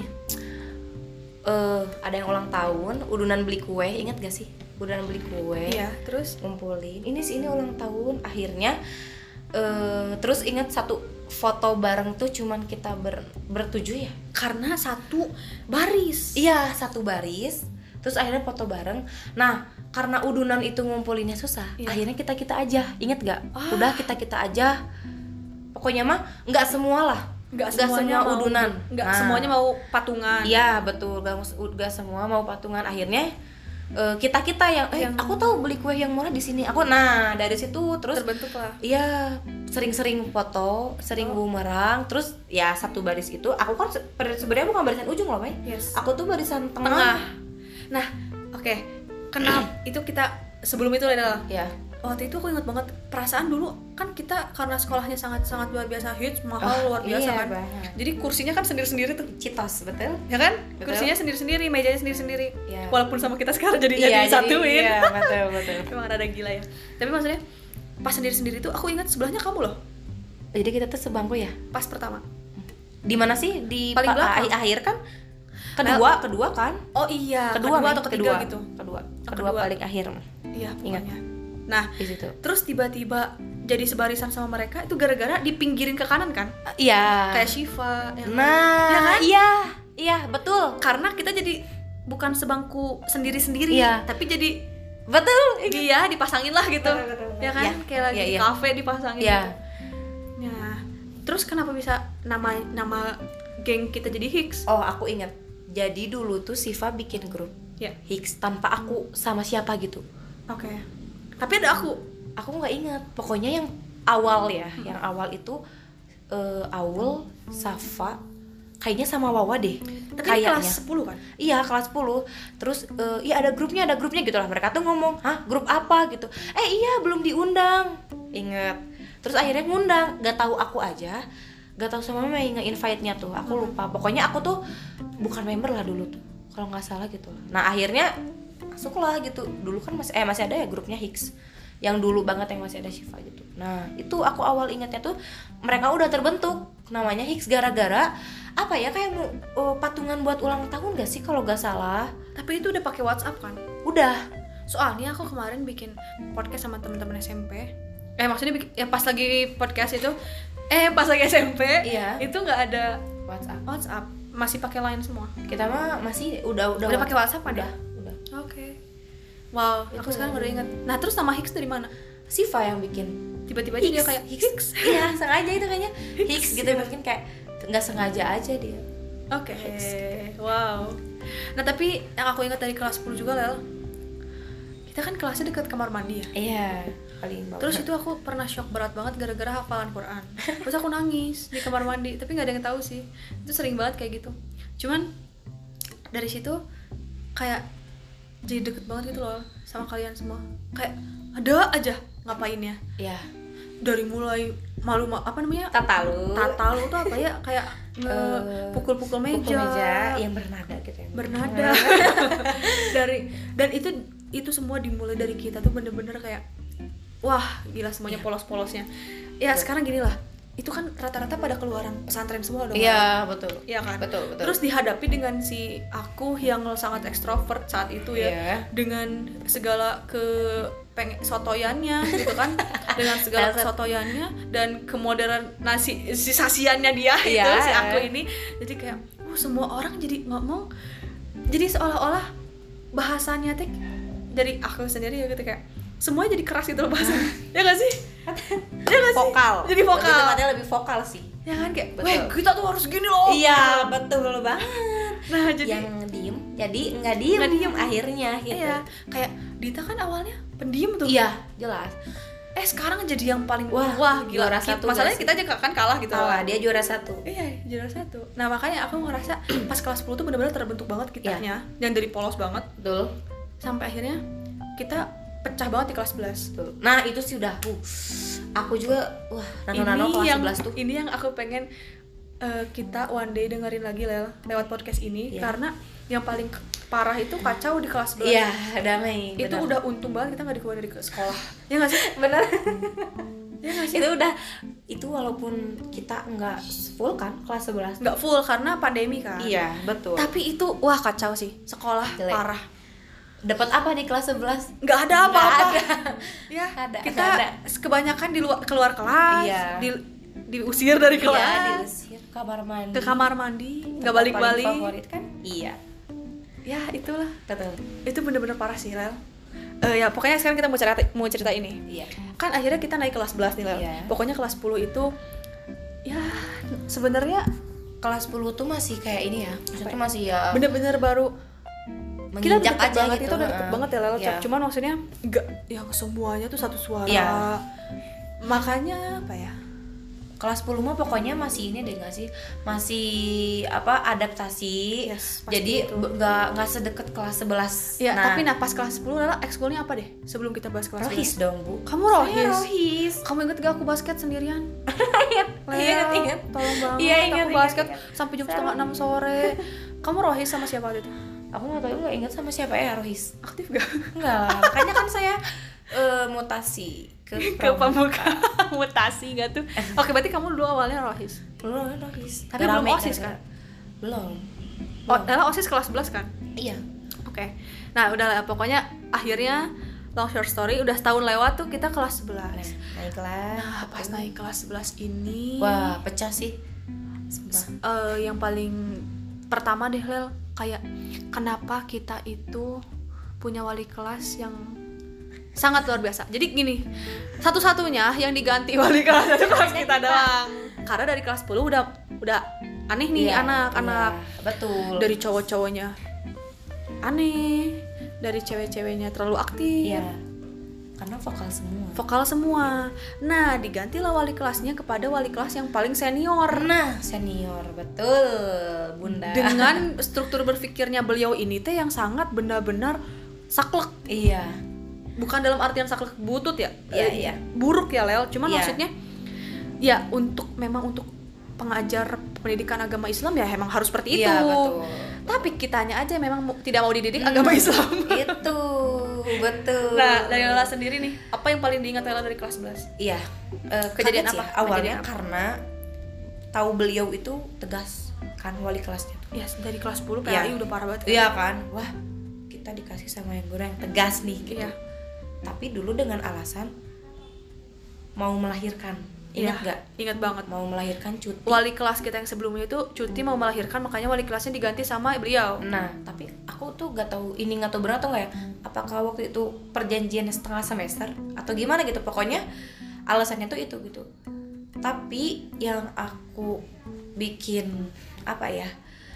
uh, ada yang ulang tahun, udunan beli kue, ingat gak sih? Udunan beli kue. Iya, terus ngumpulin. Ini sih ini ulang tahun, akhirnya uh, terus ingat satu foto bareng tuh cuman kita ber, bertujuh ya. Karena satu baris. Iya, satu baris. Terus akhirnya foto bareng. Nah, karena udunan itu ngumpulinnya susah, iya. Akhirnya kita-kita aja. Ingat gak? Oh. Udah kita-kita aja. Pokoknya mah nggak semua lah. Nggak semuanya semua mau udunan, nggak nah, semuanya mau patungan. Iya betul, nggak nggak semua mau patungan. Akhirnya uh, kita-kita yang eh yang... aku tahu beli kue yang murah di sini. Aku nah dari situ terus terbentuk lah. Iya, sering-sering foto, sering oh. bumerang, terus ya satu baris itu aku kan sebenarnya bukan barisan ujung loh, Mai. Yes. Aku tuh barisan tengah. tengah. Nah, oke. Okay. Kenapa itu kita sebelum itu adalah ya. Waktu itu aku ingat banget perasaan dulu kan kita karena sekolahnya sangat-sangat luar biasa hits, mahal, oh, luar biasa iya, kan. Banget. Jadi kursinya kan sendiri-sendiri tuh. Citos, betul? Ya kan? Betul. Kursinya sendiri-sendiri, mejanya sendiri-sendiri. Ya. Walaupun sama kita sekarang jadi iya, jadi disatuin. Iya, betul, betul. Emang ada gila ya. Tapi maksudnya pas sendiri-sendiri tuh aku ingat sebelahnya kamu loh. Jadi kita tuh sebangku ya? Pas pertama. Di mana sih? Di paling belakang. Akhir kan? Kedua, nah, kedua kan? Oh iya, kedua, kedua atau ketiga kedua, gitu. Kedua. Oh, kedua. Kedua paling akhir. Iya, ingat. Nah, di situ. Terus tiba-tiba jadi sebarisan sama mereka itu gara-gara dipinggirin ke kanan kan? Iya. Kayak Shiva. Nah, ya kan? Iya, iya betul. Karena kita jadi bukan sebangku sendiri-sendiri, iya. tapi jadi betul. Iya, dipasangin lah gitu. Betul, betul, betul. Ya kan? Ya, kayak lagi ya, di ya. kafe dipasangin. Iya. Gitu. Nah, terus kenapa bisa nama nama geng kita jadi Hicks? Oh, aku ingat. Jadi dulu tuh Shiva bikin grup ya. Hicks tanpa aku sama siapa gitu. Oke. Okay. Tapi ada aku. Aku nggak ingat. Pokoknya yang awal ya, hmm. yang awal itu uh, Aul, Safa, kayaknya sama Wawa deh. Tapi kayaknya. kelas sepuluh kan? Iya, kelas sepuluh. Terus uh, iya ada grupnya, ada grupnya gitu lah. Mereka tuh ngomong, "Hah, grup apa?" gitu. Eh, iya, belum diundang. Ingat. Terus akhirnya ngundang, nggak tahu aku aja. Gak tau sama Mei nge-invite-nya tuh, aku lupa. Pokoknya aku tuh bukan member lah dulu tuh, kalau nggak salah gitu. Nah akhirnya masuk lah gitu. Dulu kan masih eh masih ada ya grupnya Hicks, yang dulu banget yang masih ada Shiva gitu. Nah itu aku awal ingatnya tuh mereka udah terbentuk namanya Hicks gara-gara apa ya kayak mau uh, patungan buat ulang tahun gak sih kalau nggak salah. Tapi itu udah pakai WhatsApp kan? Udah. Soalnya aku kemarin bikin podcast sama teman-teman S M P. Eh maksudnya bikin, ya pas lagi podcast itu. Eh pas lagi S M P iya. itu nggak ada WhatsApp, WhatsApp masih pakai Line semua. Kita mah masih udah udah udah pakai WhatsApp udah, ada. Udah. Oke. Okay. Wow, itu aku sekarang udah ingat. Nah terus nama Hicks dari mana? Shiva yang bikin. Tiba-tiba aja dia kayak Hicks. Iya sengaja itu kayaknya Hicks, Hicks gitu ya. Mungkin kayak nggak sengaja aja dia. Oke. Okay. Wow. Nah tapi yang aku ingat dari kelas sepuluh juga Lel. Kita kan kelasnya dekat kamar mandi ya. Iya. Paling banget. Terus itu aku pernah shock berat banget gara-gara hafalan Quran. Terus aku nangis di kamar mandi, tapi nggak ada yang tahu sih. Itu sering banget kayak gitu. Cuman dari situ kayak jadi deket banget gitu loh sama kalian semua. Kayak ada aja ngapainnya. Iya. Dari mulai malu apa namanya? Tatalu. Tatalu tuh apa ya? Kayak uh, pukul-pukul meja. Pukul meja yang bernada gitu ya. Bernada. Dari dan itu itu semua dimulai dari kita tuh bener-bener kayak wah gila semuanya ya. Polos-polosnya ya betul. Sekarang gini lah itu kan rata-rata pada keluaran pesantren semua dong. Iya betul. Iya kan. Betul betul. Terus dihadapi dengan si aku yang sangat ekstrovert saat itu ya yeah. dengan segala ke pengen sotoyannya gitu kan dengan segala kesotoyannya dan kemodernisasiannya dia yeah. itu si aku ini jadi kayak oh, semua orang jadi ngomong jadi seolah-olah bahasanya teh dari aku sendiri ya gitu kayak semuanya jadi keras gitu loh bahasanya. Ya gak sih? Ya gak sih? Vokal. Jadi vokal. Lebih tepatnya lebih vokal sih. Ya kan kayak, weh kita tuh harus gini loh. Iya betul banget. Nah jadi yang diem, jadi nggak diem. Nggak diem akhirnya gitu. Iya. Kayak Dita kan awalnya pendiam tuh. Iya jelas. Eh sekarang jadi yang paling wah, wah gila. Juara satu. Masalahnya kita aja kan kalah gitu. Kalah dia juara satu. Iya juara satu. Nah makanya aku ngerasa pas kelas sepuluh tuh benar-benar terbentuk banget kitanya. Yang dari polos banget. Betul. Sampai akhirnya kita pecah banget di kelas sebelas. Tuh. Nah itu sih udah uh, aku juga wah nano-nano kelas yang, sebelas tuh ini yang aku pengen uh, kita one day dengerin lagi Lel lewat podcast ini yeah. Karena yang paling parah itu kacau di kelas sebelas. Iya yeah, damai itu bener. Udah untung banget kita gak dikeluarin dari sekolah. Ya gak sih? Bener. Ya gak sih? Itu udah itu walaupun kita nggak full kan kelas sebelas nggak full karena pandemi kan. Iya betul. Tapi itu wah kacau sih sekolah. Jelek. Parah. Dapat apa di kelas sebelas? Nggak ada apa-apa. Ya, ada, kita ada. Kebanyakan di luar keluar kelas, iya. di, diusir dari kelas. Iya, diusir ke kamar mandi. Ke kamar mandi, nggak balik-balik. Favorit kan? Iya. Ya, itulah. Betul. Itu bener-bener parah sih, Lel. Uh, ya, pokoknya sekarang kita mau cerita mau cerita ini. Iya. Kan akhirnya kita naik kelas sebelas nih, Lel. Iya. Pokoknya kelas sepuluh itu ya sebenarnya kelas sepuluh tuh masih kayak ini ya. Maksudnya masih ya bener-bener baru kita menginjak deket aja banget, gitu. itu udah deket uh, banget ya Lel. ya. Cuman maksudnya nggak yang semuanya tuh satu suara. Ya. Makanya apa ya? Kelas sepuluh mah pokoknya masih ini deh nggak sih, masih apa adaptasi. Yes, pasti jadi itu. nggak nggak sedekat kelas sebelas. Ya, nah, tapi nah pas kelas sepuluh Lel ekskulnya apa deh? Sebelum kita bahas kelas rohis sebelas. dong bu. Kamu Saya rohis. rohis. Kamu inget gak aku basket sendirian? Ingat, Lel, ingat, ingat. Tolong banget. Iya, aku ingat, basket ingat, ingat. sampai jam Saya setengah enam sore. Kamu rohis sama siapa waktu itu? Aku nggak tahu nggak ingat sama siapa ya rohis. Aktif gak? Enggak lah, makanya kan saya eh, mutasi ke Ke pramuka. Mutasi gak tuh? Oke, berarti kamu dulu awalnya rohis. Belum rohis. Tapi belum Rame OSIS gara-gara. kan? Belum. Oh, Lel OSIS kelas sebelas kan? Iya. Oke. Nah, udah lah, pokoknya akhirnya long short story udah setahun lewat tuh kita kelas sebelas. Nah, naik kelas. Nah, pas naik kelas sebelas ini Wah, pecah sih. Sumpah. eh, yang paling pertama deh Lel, kayak kenapa kita itu punya wali kelas yang sangat luar biasa. Jadi gini, satu-satunya yang diganti wali kelas itu kelas kita doang. Karena dari kelas sepuluh udah udah aneh nih Iya, anak-anak. iya, betul. Dari cowok-cowoknya aneh, dari cewek-ceweknya terlalu aktif. Iya. Karena vokal semua. Vokal semua. Nah, digantilah wali kelasnya kepada wali kelas yang paling senior. Nah, senior, betul, Bunda. Dengan struktur berpikirnya beliau ini teh yang sangat benar-benar saklek. Iya. Bukan dalam artian saklek butut ya. Iya, eh, iya. Buruk ya, Lel. Cuman Iya. maksudnya ya untuk memang untuk pengajar pendidikan agama Islam ya emang harus seperti itu. Iya, betul. Tapi kitanya aja memang mu- tidak mau dididik agama Islam. Itu, betul. Nah, dari Lela sendiri nih, apa yang paling diingat Lela dari kelas sebelas? Iya. Eh, Kejadian kaget sih apa? ya, awalnya Kejadian apa? karena tahu beliau itu tegas kan wali kelasnya tuh. Ya, dari kelas sepuluh P Iya. A I udah parah banget. Iya kan? Wah, kita dikasih sama yang guru yang tegas nih gitu. Iya. Tapi dulu dengan alasan mau melahirkan. Ingat Iya, nggak? Ingat banget. Mau melahirkan cuti. Wali kelas kita yang sebelumnya itu cuti mau melahirkan, makanya wali kelasnya diganti sama beliau. Nah, tapi aku tuh nggak tahu ini nggak tahu benar atau nggak ya. Apakah waktu itu perjanjian setengah semester atau gimana gitu. Pokoknya alasannya tuh itu gitu. Tapi yang aku bikin apa ya?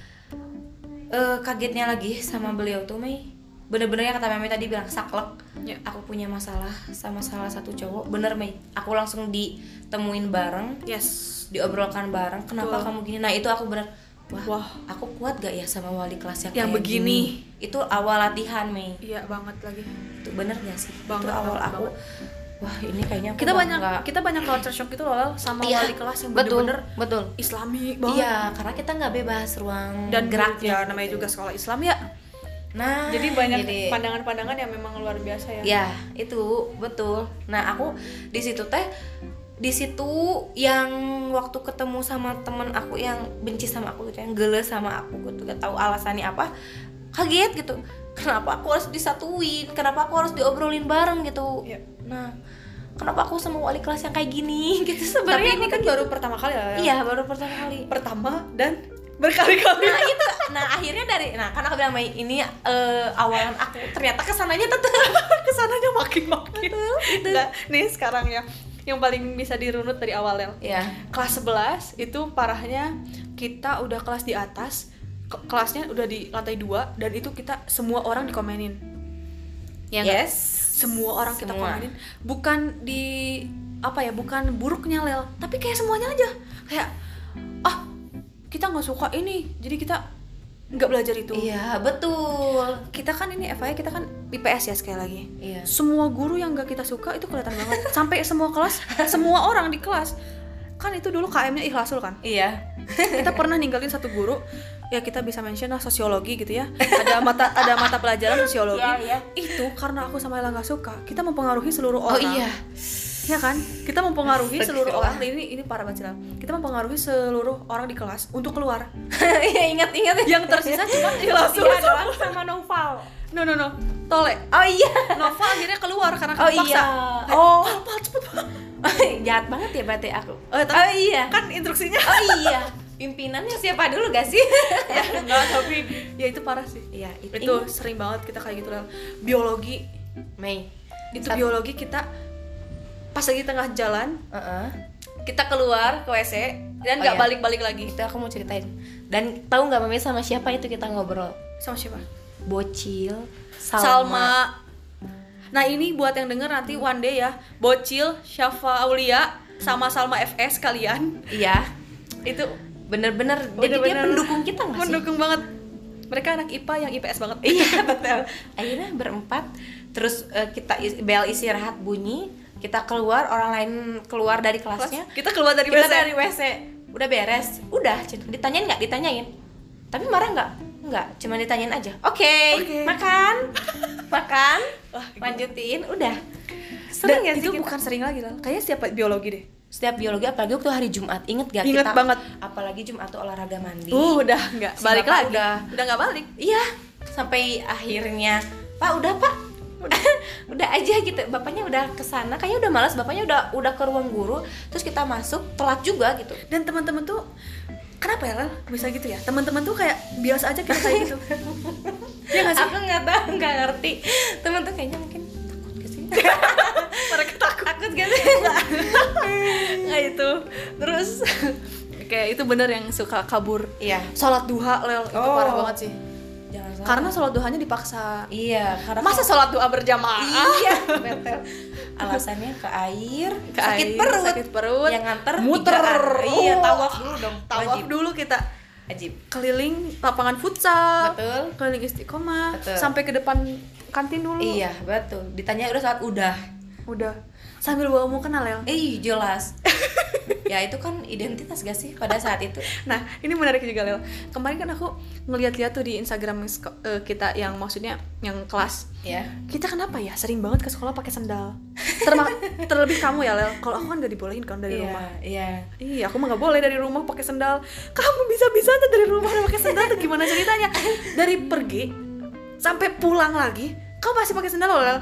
Eh, kagetnya lagi sama beliau tuh Mei. Bener-bener yang kata Mami tadi bilang saklek. Ya. Aku punya masalah sama salah satu cowok. Bener Mei. Aku langsung ditemuin bareng, Yes. diobrolkan bareng. Kenapa Betul. kamu gini? Nah itu aku bener. Wah, Wah. aku kuat gak ya sama wali kelas yang, Yang kayak begini? gini? Itu awal latihan Mei. Iya banget lagi. Itu bener gak sih? Banget, itu awal banget, aku. Wah ini kayaknya aku Kita banyak nggak- kita banyak culture shock gitu loh Lel, sama Iya, wali kelas yang betul, bener-bener betul. Islami banget. Iya, karena kita nggak bebas ruang Dan gerak ya namanya juga sekolah Islam ya. Nah, Jadi banyak jadi- pandangan-pandangan yang memang luar biasa ya. Ya, itu betul. Nah, aku di situ teh di situ yang waktu ketemu sama temen aku yang benci sama aku gitu, yang geles sama aku gitu, gak tahu alasannya apa, kaget gitu. Kenapa aku harus disatuin? Kenapa aku harus diobrolin bareng gitu? Iya. Nah, kenapa aku sama wali kelas yang kayak gini gitu Tapi sebenarnya? ini aku kan tuh baru gitu. pertama kali ya. Lel. Iya, baru pertama kali. Pertama dan berkali-kali. Nah itu, nah akhirnya dari, nah kan aku bilang Mei, ini eh, awalan aku, ternyata kesananya tetap Kesananya makin-makin. gitu. Nah, nih sekarang ya yang paling bisa dirunut dari awal Lel. Ya. Kelas sebelas itu parahnya kita udah kelas di atas, ke- kelasnya udah di lantai dua dan itu kita semua orang dikomenin. Ya nggak? Yes. Semua orang kita Semua. komenin, bukan di apa ya, bukan buruknya Lel, tapi kayak semuanya aja. Kayak ah, kita nggak suka ini, jadi kita nggak belajar itu. Iya betul. Kita kan ini F Y I, kita kan I P S ya sekali lagi. Iya. Semua guru yang gak kita suka itu kelihatan banget. Sampai semua kelas, semua orang di kelas. Kan itu dulu K M-nya Ikhlasul kan. Iya. Kita pernah ninggalin satu guru, ya kita bisa mention lah sosiologi gitu ya. Ada mata ada mata pelajaran sosiologi. Iya, iya. Itu karena aku sama Ella gak suka, kita mempengaruhi seluruh Oh orang. iya. Ya kan? Kita mempengaruhi seluruh Astagfirullah. orang. Ini ini parah banget sih, Lal. Kita mempengaruhi seluruh orang di kelas untuk keluar. Iya ingat-ingat. Yang tersisa cuma Ikhlasul. Iya doang sama Noval. No no no. Tole. Oh iya. Nova akhirnya keluar karena Oh kepaksa. iya. Kayak, Oh. apa cepet banget. Jahat banget ya berarti aku. Oh, tapi Oh iya. kan instruksinya. Oh iya. Pimpinannya siapa dulu gak sih? Ya, enggak, tapi ya itu parah sih. Iya, itu, Itu sering banget kita kayak gitu, Lel. Biologi, Mei. itu Satu- biologi kita pas lagi tengah jalan, Heeh. kita keluar ke W C dan Oh, nggak iya. balik-balik lagi. Itu aku mau ceritain. Dan tahu nggak Mami sama siapa itu kita ngobrol? Sama siapa? Bocil, Salma. Salma. Nah ini buat yang denger nanti one day ya, Bocil, Syafa Aulia sama Salma F S kalian. Iya, Itu bener-bener. Jadi dia bener-bener pendukung kita nggak sih? mendukung banget. Mereka anak I P A yang I P S banget. Iya betul. Akhirnya berempat, terus uh, kita is- bel istirahat bunyi, kita keluar, orang lain keluar dari kelasnya. Kita keluar dari Kita W C. dari W C. Udah beres, udah. Ditanyain nggak? Ditanyain. Tapi marah nggak? Nggak. Cuma ditanyain aja. Oke. Oke. Makan, makan. Wah, Lanjutin. Udah. Dan Sering ya itu bukan sering lagi lah. Kayaknya setiap biologi deh. setiap biologi, apalagi waktu hari Jumat. Ingat gak Ingat kita? banget. Apalagi Jumat tuh olahraga mandi. Uh, udah nggak Si balik Bapak lagi. udah. Udah nggak balik. Iya, sampai akhirnya Pak udah Pak, udah, udah aja gitu. Bapaknya udah kesana, kayaknya udah malas. Bapaknya udah udah ke ruang guru. Terus kita masuk telat juga gitu. Dan teman-teman tuh kenapa ya Lel bisa gitu ya? Teman-teman tuh kayak biasa aja kita kayak gitu. Iya nggak sih? Aku nggak tahu, nggak ngerti. Temen tuh kayaknya mungkin takut gak sih? Mereka takut. Takut gak sih? Nggak itu. Terus kayak itu bener yang suka kabur. Iya. Sholat duha Lel itu Oh. parah banget sih. Jangan salah. Karena sholat duhanya dipaksa. Iya, karena Masa sholat duha berjamaah? iya, betul. Alasannya ke air, Ke sakit air, perut, sakit perut, yang nganter muter. tigaan. Iya, Oh. tawaf dulu dong, Tawaf wajib. dulu kita Wajib. keliling lapangan futsal, Betul. keliling istiqomah, Betul. sampai ke depan kantin dulu. Iya, betul. Ditanya udah saat udah. Udah. Sambil bawa mau kenal Lel. Eh, jelas. Ya itu kan identitas gak sih pada saat itu? Nah, ini menarik juga Lel. Kemarin kan aku ngeliat-liat tuh di Instagram sko- eh, kita yang maksudnya yang kelas. Ya. Kita kenapa ya sering banget ke sekolah pakai sendal. Terma- terlebih kamu ya Lel. Kalau aku kan gak dibolehin kan dari Iya, rumah. iya. Iya, aku mah gak boleh dari rumah pakai sendal. Kamu bisa-bisanya dari rumah pakai sendal tuh gimana ceritanya? Dari pergi sampai pulang lagi, kamu masih pakai sendal loh, Lel.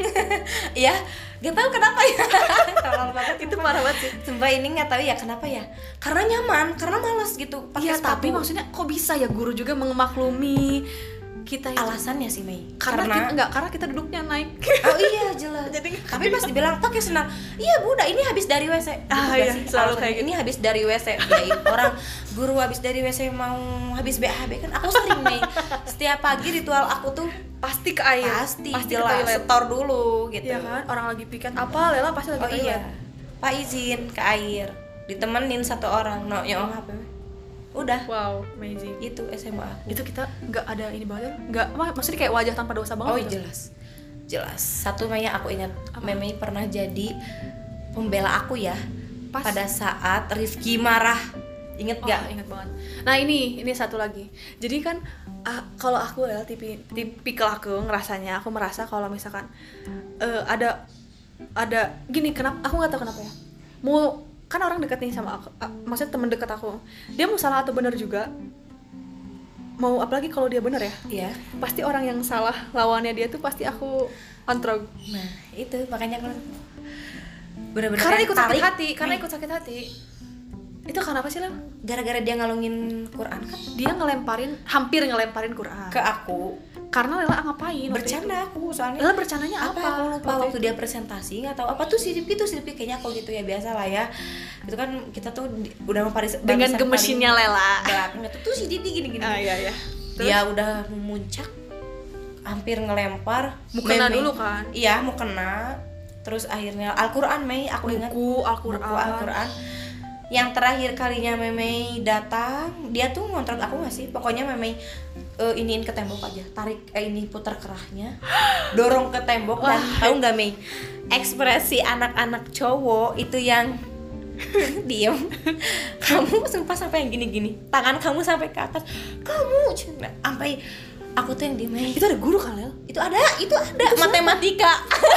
Iya, gak tahu kenapa ya. Tolol banget Itu parah banget sih. Sumpah ini gak tahu ya kenapa ya. Karena nyaman, karena malas gitu pakai Iya, sepatu. tapi maksudnya kok bisa ya guru juga memaklumi kita itu? alasannya sih Mei. Karena, kita enggak, karena kita duduknya naik. Oh iya jelas. Jadi tapi pas dibilang pakai sendal, iya Bunda, ini habis dari W C. Ah, Gitu iya, gak sih? selalu Alasannya, kayak gitu. ini habis dari W C. Ya, orang guru habis dari W C mau habis B H B kan aku sering Mei. Setiap pagi ritual aku tuh pasti ke air. pasti, pasti ke jelas toilet. setor dulu gitu. Iya kan? Orang lagi piket apa, Lela pasti lagi Oh toilet. iya. Pak izin ke air. Ditemenin satu orang, no nyong H P. Udah. Wow, amazing. Itu S M A aku. Itu kita nggak ada ini banget, nggak, mak- maksudnya kayak wajah tanpa dosa banget. Oh gitu. jelas. Jelas. Satu Mei aku ingat, Apa? Mei pernah jadi pembela aku ya. Pas. Pada saat Rifki marah. Ingat Oh, gak? ingat banget. Nah ini, ini satu lagi. Jadi kan ah, kalau aku ya tipi, tipikal aku ngerasanya, aku merasa kalau misalkan eh, ada ada gini, kenapa? Aku nggak tahu kenapa ya. Mau kan orang dekat nih sama aku, ah, maksudnya teman dekat aku. Dia mau salah atau benar juga. Mau apalagi kalau dia benar ya. Iya. Pasti orang yang salah lawannya dia tuh pasti aku antrog. Nah, itu makanya aku bener-bener Karena kayak ikut sakit tarik. hati, karena Nih, ikut sakit hati. Itu kenapa sih, Lem? gara-gara dia ngalungin Quran kan Dia ngelemparin, hampir ngelemparin Quran. ke aku. Karena Lela ngapain? waktu Bercanda aku soalnya. Lela bercandanya apa, apa? aku lupa waktu waktu dia presentasi nggak tahu apa tuh si Rifki tuh si Rifki kayaknya aku gitu ya, biasa lah ya. Itu kan kita tuh di- udah mau Paris Dengan gemesinnya Lela. belakang itu tuh si Didi gini-gini. Ah iya iya. Dia udah memuncak hampir ngelempar. Mau kena Mei- dulu kan? Iya, mau kena. Terus akhirnya Al-Qur'an Mei, aku ingat Buku Al-Qur'an. buku Al-Qur'an. Yang terakhir kalinya Mei datang, dia tuh ngontrak aku nggak sih? Pokoknya Mei uh, iniin ke tembok aja, tarik eh, ini putar kerahnya, dorong ke tembok. Dan tahu nggak Mei, ekspresi anak-anak cowok itu yang diem. Kamu sumpah sampai yang gini-gini, tangan kamu sampai ke atas, kamu cina sampai aku tuh yang diem. Mei, Itu ada guru kan, Lel? itu ada, itu ada matematika.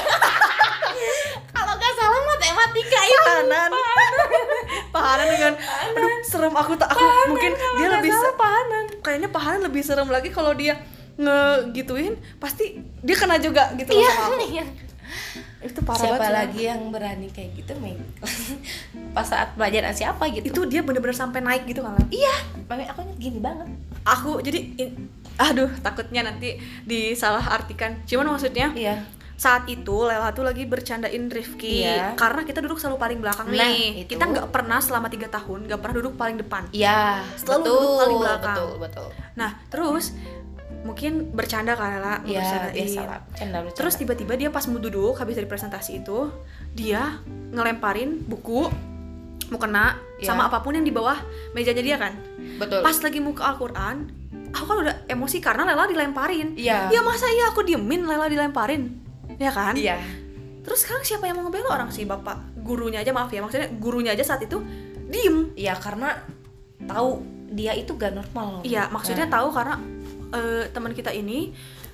Kalau nggak salah matematika itu. Pahanan. Pahanan dengan aduh serem, aku tak aku Pahanan, mungkin kalau dia nggak lebih salah se- pahanan. kayaknya pahanan lebih serem lagi kalau dia ngegituin, pasti dia kena juga gitu loh Iya, sama aku. iya. Itu parah Siapa banget. lagi yang berani kayak gitu, Mei? Pas saat pelajaran siapa gitu? Itu dia bener-bener sampai naik gitu kan, Lel? Iya, Mei aku ingat gini banget. Aku jadi in- aduh takutnya nanti disalah artikan. Cuman maksudnya Iya. saat itu Lela tuh lagi bercandain Rifki. Iya. Karena kita duduk selalu paling belakang Nah, nih. itu. Kita nggak pernah selama tiga tahun nggak pernah duduk paling depan. Iya, Selalu betul, duduk paling belakang. betul, betul. Nah terus mungkin bercanda kan lah, ya, bercandain. biasa lah, bercanda, bercanda. Terus tiba-tiba dia pas mau duduk habis dari presentasi itu, dia ngelemparin buku mukena ya. Sama apapun yang di bawah mejanya dia kan. Betul. Pas lagi muka Al-Quran, aku kan udah emosi karena Lela dilemparin. Iya. Ya masa iya aku diemin Lela dilemparin, ya kan? Iya. Terus sekarang siapa yang mau ngebela orang sih, bapak gurunya aja, maaf ya, maksudnya gurunya aja saat itu diem. Iya, karena tahu dia itu gak normal. Iya, maksudnya nah. tahu karena uh, teman kita ini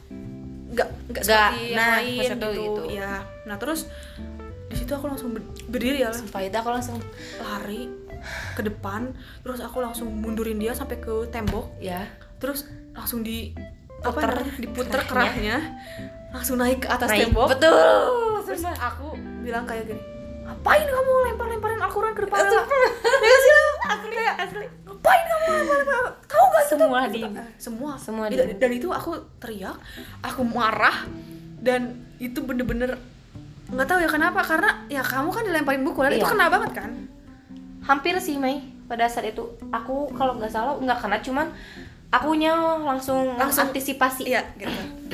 nggak nggak Gak, seperti yang nah, lain gitu, gitu. gitu. Ya, nah terus di situ aku langsung berdiri ya, sumpah itu aku langsung lari ke depan, terus aku langsung mundurin dia sampai ke tembok. Ya. Terus langsung di Puter, apa namanya, diputer kerahnya, langsung naik ke atas naik. tembok. Betul. Terus aku bilang kayak gini, ngapain kamu lempar-lemparin Al-Quran ke depan Lela? Ya sih lo, asli kayak asli. Ngapain kamu lempar-lempar? Tahu gak sih? Semua di semua. Semua di. Dan, dan itu aku teriak, aku marah, dan itu bener-bener nggak tahu ya kenapa, karena ya kamu kan dilemparin buku, dan iya. itu kena banget kan? Hampir sih Mei, pada saat itu aku kalau nggak salah nggak kena, cuman akunya langsung, langsung antisipasi. Iya gitu.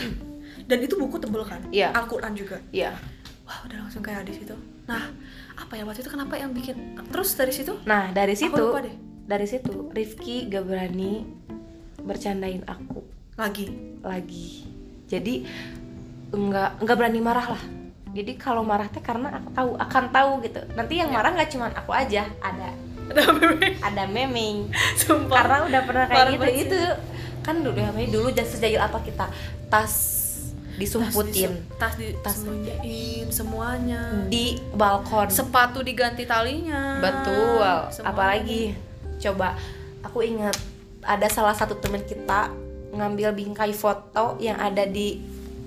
Dan itu buku tebel kan? Iya. Al-Quran juga. Iya. Wah udah langsung kayak di situ. Nah apa ya waktu itu kenapa yang bikin? Terus dari situ? Nah dari situ, aku lupa deh. Dari situ Rifki gak berani bercandain aku lagi. Lagi. Jadi nggak nggak berani marah lah. Jadi kalau marah teh karena aku tahu akan tahu gitu. Nanti yang marah nggak cuma aku aja, ada ada memeng. Ada memeng. Sumpah. Karena udah pernah kayak Marah gitu. Itu kan dulu ya, dulu sejahil apa kita tas disumputin, tas, di, tas disembunyiin semuanya di balkon, sepatu diganti talinya. Betul. Semuanya. Apalagi coba aku ingat ada salah satu teman kita ngambil bingkai foto yang ada di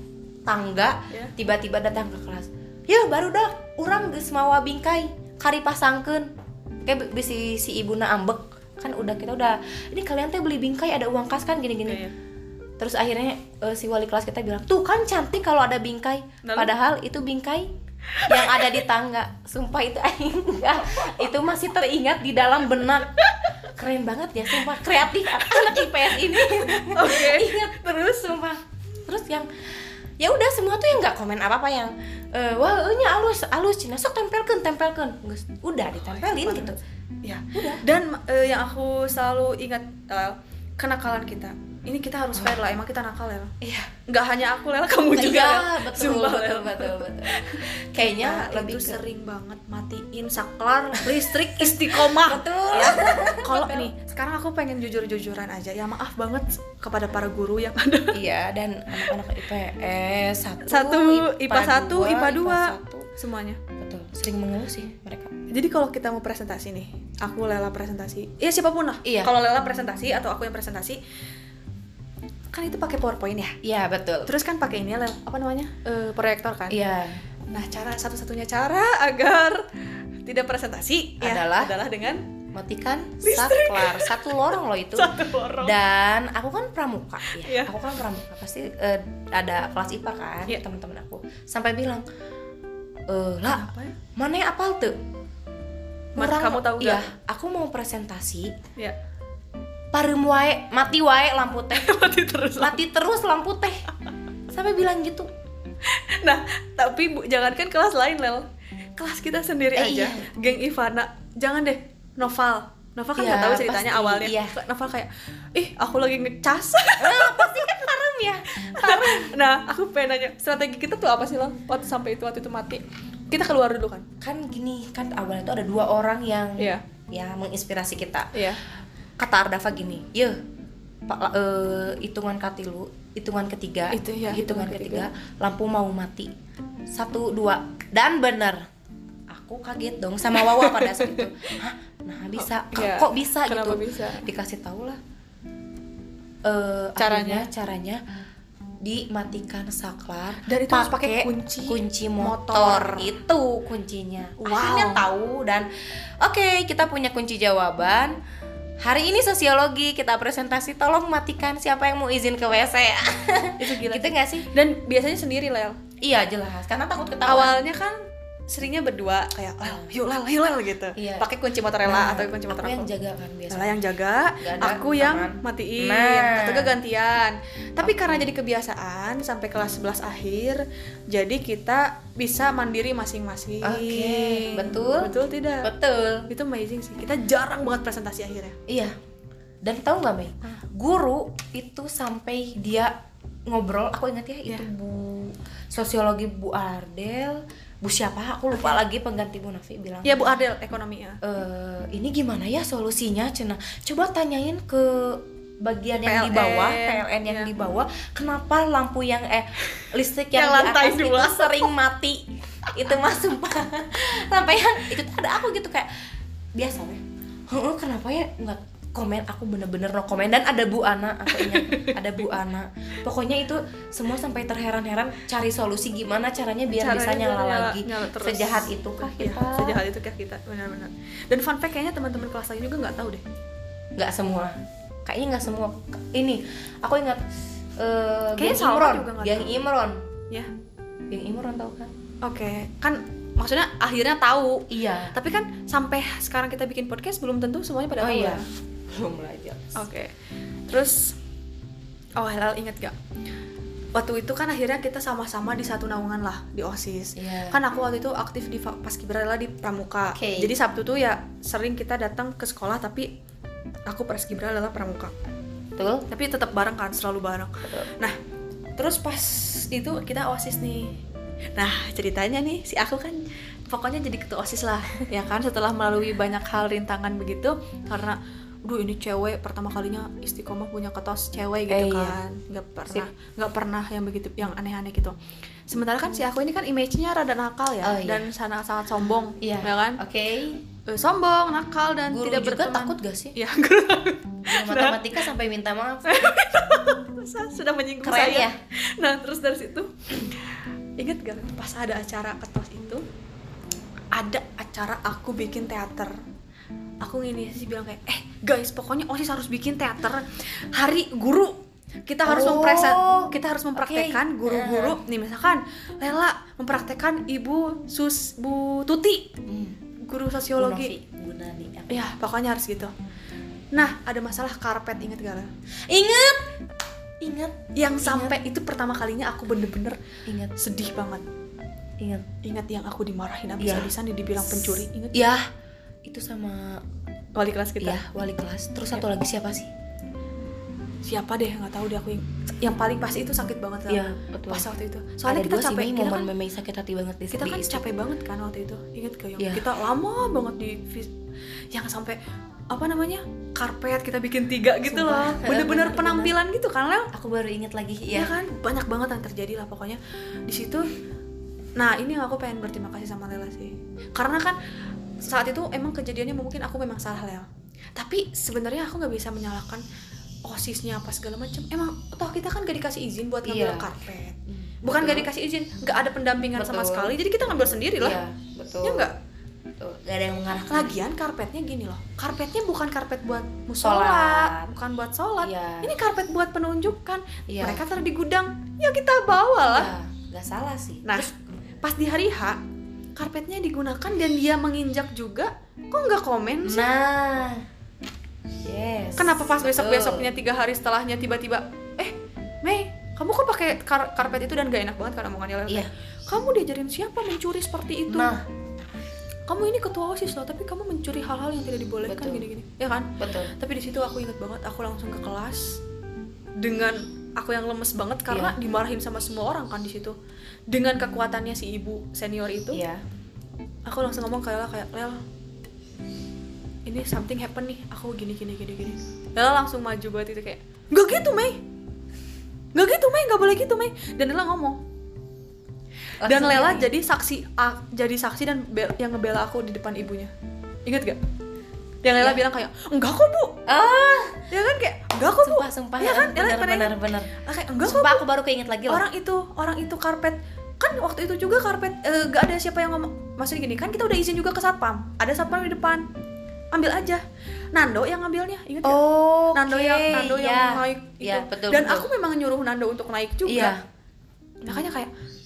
tangga, yeah. Tiba-tiba datang ke kelas. Ya baru dah urang geus mawa bingkai kari pasangkeun. Kayak si si ibuna ambek kan udah kita udah ini kalian teh beli bingkai ada uang kas kan gini-gini. Yeah, yeah. Terus akhirnya uh, si wali kelas kita bilang, "Tuh kan cantik kalau ada bingkai." Lalu? Padahal itu bingkai yang ada di tangga. Sumpah itu enggak. Itu masih teringat di dalam benak. Keren banget ya, sumpah kreatif anak I P S ini. Oke. Okay. Ingat terus sumpah. Terus yang ya udah semua tuh yang nggak komen apa apa yang uh, wah nya alus alus cina sok tempelkan tempelkan udah ditempelin oh, gitu ya udah. Dan uh, yang aku selalu ingat uh, kenakalan kita ini, kita harus fair lah, emang kita nakal ya. Iya. Nggak hanya aku Lela, kamu juga. Iya, betul, betul, betul, betul, betul. Kayaknya nah, lebih itu ke... sering banget matiin saklar, listrik, istiqomah. Betul. Ya. Kalau nih, sekarang aku pengen jujur-jujuran aja. Ya maaf banget kepada para guru yang ada. Iya, dan anak-anak I P S satu, satu I P A satu, I P A dua, semuanya. Betul. Sering mengeluh sih mereka. Jadi kalau kita mau presentasi nih, aku Lela presentasi. Ya siapapun lah. Iya. Kalau Lela presentasi atau aku yang presentasi, kan itu pakai PowerPoint ya? Iya betul. Terus kan pakai ini apa namanya uh, proyektor kan? Iya. Nah cara satu-satunya cara agar tidak presentasi adalah ya, adalah dengan matikan saklar satu lorong loh itu. Satu lorong. Dan aku kan pramuka ya. Yeah. Aku kan pramuka pasti uh, ada kelas I P A kan yeah. Teman-teman aku sampai bilang eh lah ya? Mana yang apal tuh? Orang, kamu tahu gak? Ya, aku mau presentasi. Ya. Pareum wae, mati wae lampu teh. mati terus. Mati terus lampu teh. Sampai bilang gitu. Nah, tapi Bu, jangankan kelas lain, Lel. Kelas kita sendiri eh, aja. Iya. Geng Ivana. Jangan deh, Noval. Noval kan enggak ya, tahu ceritanya pasti, awalnya. Iya. Noval kayak, "Ih, aku lagi ngecas." Nah, pasti kan parem ya. Parem. Nah, aku pengen nanya, strategi kita tuh apa sih, Lel? Waktu sampai itu waktu itu mati. Kita keluar dulu kan. Kan gini, kan awalnya tuh ada dua orang yang yeah. ya menginspirasi kita. Iya. Yeah. Kata Ardafa gini, "Ye, Pak uh, hitungan katilu, hitungan ketiga, itu ya, hitungan ketiga, ketiga, lampu mau mati. Satu, dua." Dan bener. Aku kaget dong sama Wawa pada saat itu. Hah? Nah, bisa. Oh, ya. Kok bisa Kenapa gitu? Bisa? Dikasih tahu lah. Uh, caranya, caranya dimatikan saklar dan itu harus pakai kunci kunci motor, motor. Itu kuncinya. Wow. Akhirnya tahu dan oke, okay, kita punya kunci jawaban. Hari ini sosiologi kita presentasi, tolong matikan siapa yang mau izin ke W C. Itu gila. Gitu nggak sih? Dan biasanya sendiri, Lel. Iya jelas, karena takut ketahuan. Awalnya kan seringnya berdua kayak Lel, yuk Lel, yuk Lel gitu. Iya. Pakai kunci motor Lela Nah, atau kunci motor aku aku. yang jaga kan biasanya. Lela yang jaga, Gak ada aku yang tangan. matiin Nah. atau gak gantian. Tapi karena jadi kebiasaan sampai kelas sebelas akhir, jadi kita bisa mandiri masing-masing. Oke, betul. Betul tidak? Betul. Itu amazing sih. Kita jarang banget presentasi akhirnya. Iya. Dan tahu nggak Mei? Guru itu sampai dia ngobrol, aku ingat ya itu Iya. Bu sosiologi Bu Ardel, Bu siapa? Aku lupa lagi pengganti Bu Nafi bilang. Ya Bu Ardel ekonomi ya. "Eh, ini gimana ya solusinya Cina? Coba tanyain ke bagian yang di P L N, bawah, P L N yang ya. di bawah, kenapa lampu yang eh listrik yang, Yang di lantai atas dua. itu sering mati?" Itu mah sumpah. Sampai yang itu tuh ada aku gitu kayak biasa weh. Heeh, kenapa ya nggak komen, aku bener-bener no komen. Dan ada Bu Ana, aku ingat ada Bu Ana. Pokoknya itu semua sampai terheran-heran cari solusi gimana caranya biar Caranya bisa nyala, biar nyala- lagi. nyala terus. Sejahat itu kah Iya, kita? sejahat itu kah kita, benar-benar. Dan fun fact kayaknya teman-teman kelas lain juga nggak tahu deh. Nggak semua, kayaknya nggak semua. Ini aku ingat uh, Kayaknya Geng Salma Imron, juga nggak Geng tahu. Imron, Ya. Geng Imron tahu kan? Oke, kan maksudnya akhirnya tahu. Iya. Tapi kan sampai sekarang kita bikin podcast belum tentu semuanya pada Oh tahu. iya. ya. Belum belajar. Oke. Terus oh Helal inget gak? Waktu itu kan akhirnya kita sama-sama di satu naungan lah di OSIS. Iya. Kan aku waktu itu aktif di fa- Paskibraka di Pramuka. Oke. Jadi Sabtu tuh ya sering kita datang ke sekolah tapi aku Paskibraka adalah Pramuka. Betul. Tapi tetap bareng kan, selalu bareng. Betul. Nah, terus pas itu kita OSIS nih. Nah, ceritanya nih si aku kan pokoknya jadi ketua OSIS lah, ya kan, setelah melalui banyak hal rintangan begitu karena duh ini cewek pertama kalinya istiqomah punya ketua cewek gitu Eh, iya. kan. Nggak pernah nggak pernah yang begitu yang aneh-aneh gitu. Sementara kan si aku ini kan image-nya rada nakal ya Oh, iya. dan sangat sangat sombong, Iya. ya kan? Oke. Eh, sombong, nakal dan Guru tidak juga berteman. takut gak sih? Ya, guru Guru matematika sampai minta maaf. sudah menyinggung Keren saya. ya? Nah terus dari situ inget gak pas ada acara ketos itu ada acara aku bikin teater, aku ngini sih bilang kayak eh guys pokoknya OSIS harus bikin teater hari guru, kita harus Oh, mempresen kita harus mempraktekkan oke. guru-guru nih misalkan Lela mempraktekkan Ibu Sus Bu Tuti Hmm. guru sosiologi Bu Nani. ya pokoknya harus gitu. Nah ada masalah karpet, inget gak Lela? Ingat. Ingat. Yang Ingat. sampai itu pertama kalinya aku bener-bener Ingat. sedih banget. Ingat. Ingat yang aku dimarahin Iya. abis-abisan dia dibilang pencuri, inget? Ya. Itu sama Wali kelas kita. ya wali kelas. Terus satu lagi siapa sih? Siapa deh nggak tahu deh aku yang, yang paling pasti itu sakit banget lah. Iya, betul. Pas waktu itu. Soalnya Ada kita dua sih, capek, Mei, kita momen kan, Mei sakit hati banget di kita kan di- capek banget kan waktu itu. Ingat gak yang Iya. kita lama banget di vis- yang sampai apa namanya karpet kita bikin tiga gitu Sumpah. loh. Bener-bener Bener-bener. penampilan gitu kan Lel? Aku baru inget lagi Iya ya. kan banyak banget yang terjadi lah pokoknya di situ. Nah ini yang aku pengen berterima kasih sama Lela sih, karena kan saat itu emang kejadiannya mungkin aku memang salah Lel, tapi sebenarnya aku nggak bisa menyalahkan OSISnya apa segala macam. Emang toh kita kan gak dikasih izin buat ngambil Iya. karpet, Hmm, bukan betul. gak dikasih izin, gak ada pendampingan sama Betul. sekali, jadi kita ngambil sendiri lah. Iya, betul. Ya nggak? Betul. Gak ada yang mengarahkan. Lagian karpetnya gini loh, karpetnya bukan karpet buat Sholat. musola, bukan buat sholat. Iya. Ini karpet buat penunjukan. Iya. Mereka taruh di gudang, ya kita bawa lah. Ya, gak salah sih. Nah, pas di hari H, karpetnya digunakan dan dia menginjak juga, kok nggak komen sih? Nah, yes. Kenapa pas betul. besok-besoknya tiga hari setelahnya tiba-tiba, eh, Mei, kamu kok pakai kar- karpet itu dan gak enak banget karena omongannya Lel. Iya. Kamu diajarin siapa mencuri seperti itu? Nah, Kamu ini ketua OSIS loh, tapi kamu mencuri hal-hal yang tidak dibolehkan Betul. gini-gini, ya kan? betul. Tapi di situ aku ingat banget, aku langsung ke kelas dengan aku yang lemes banget karena Iya. dimarahin sama semua orang kan di situ. Dengan kekuatannya si ibu senior itu, Iya. aku langsung ngomong ke Lela kayak, Lel, ini something happen nih, aku gini gini gini gini. Lela langsung maju buat itu kayak, nggak gitu Mei, nggak gitu Mei, nggak boleh gitu Mei. Dan Lela ngomong, dan Langsung Lela ya. jadi saksi, ah, jadi saksi dan be- yang ngebela aku di depan ibunya. Ingat gak? Yang Lela Ya. bilang kayak, enggak kok Bu, Ah, ya kan kayak, enggak kok Bu, sumpah, sumpah ya kan? Lela benar, pernah benar, ingat? benar. Ah, kayak, enggak kok Sumpah Bu, aku baru keinget lagi loh. orang itu, orang itu karpet kan waktu itu juga karpet, eh, gak ada siapa yang ngomong, maksudnya gini kan kita udah izin juga ke satpam, ada satpam di depan, ambil aja. Nando yang ngambilnya, inget gak? Oh, Nando yang Nando yang naik itu. Iya, betul, Dan betul. aku memang nyuruh Nando untuk naik juga. Iya. Makanya kayak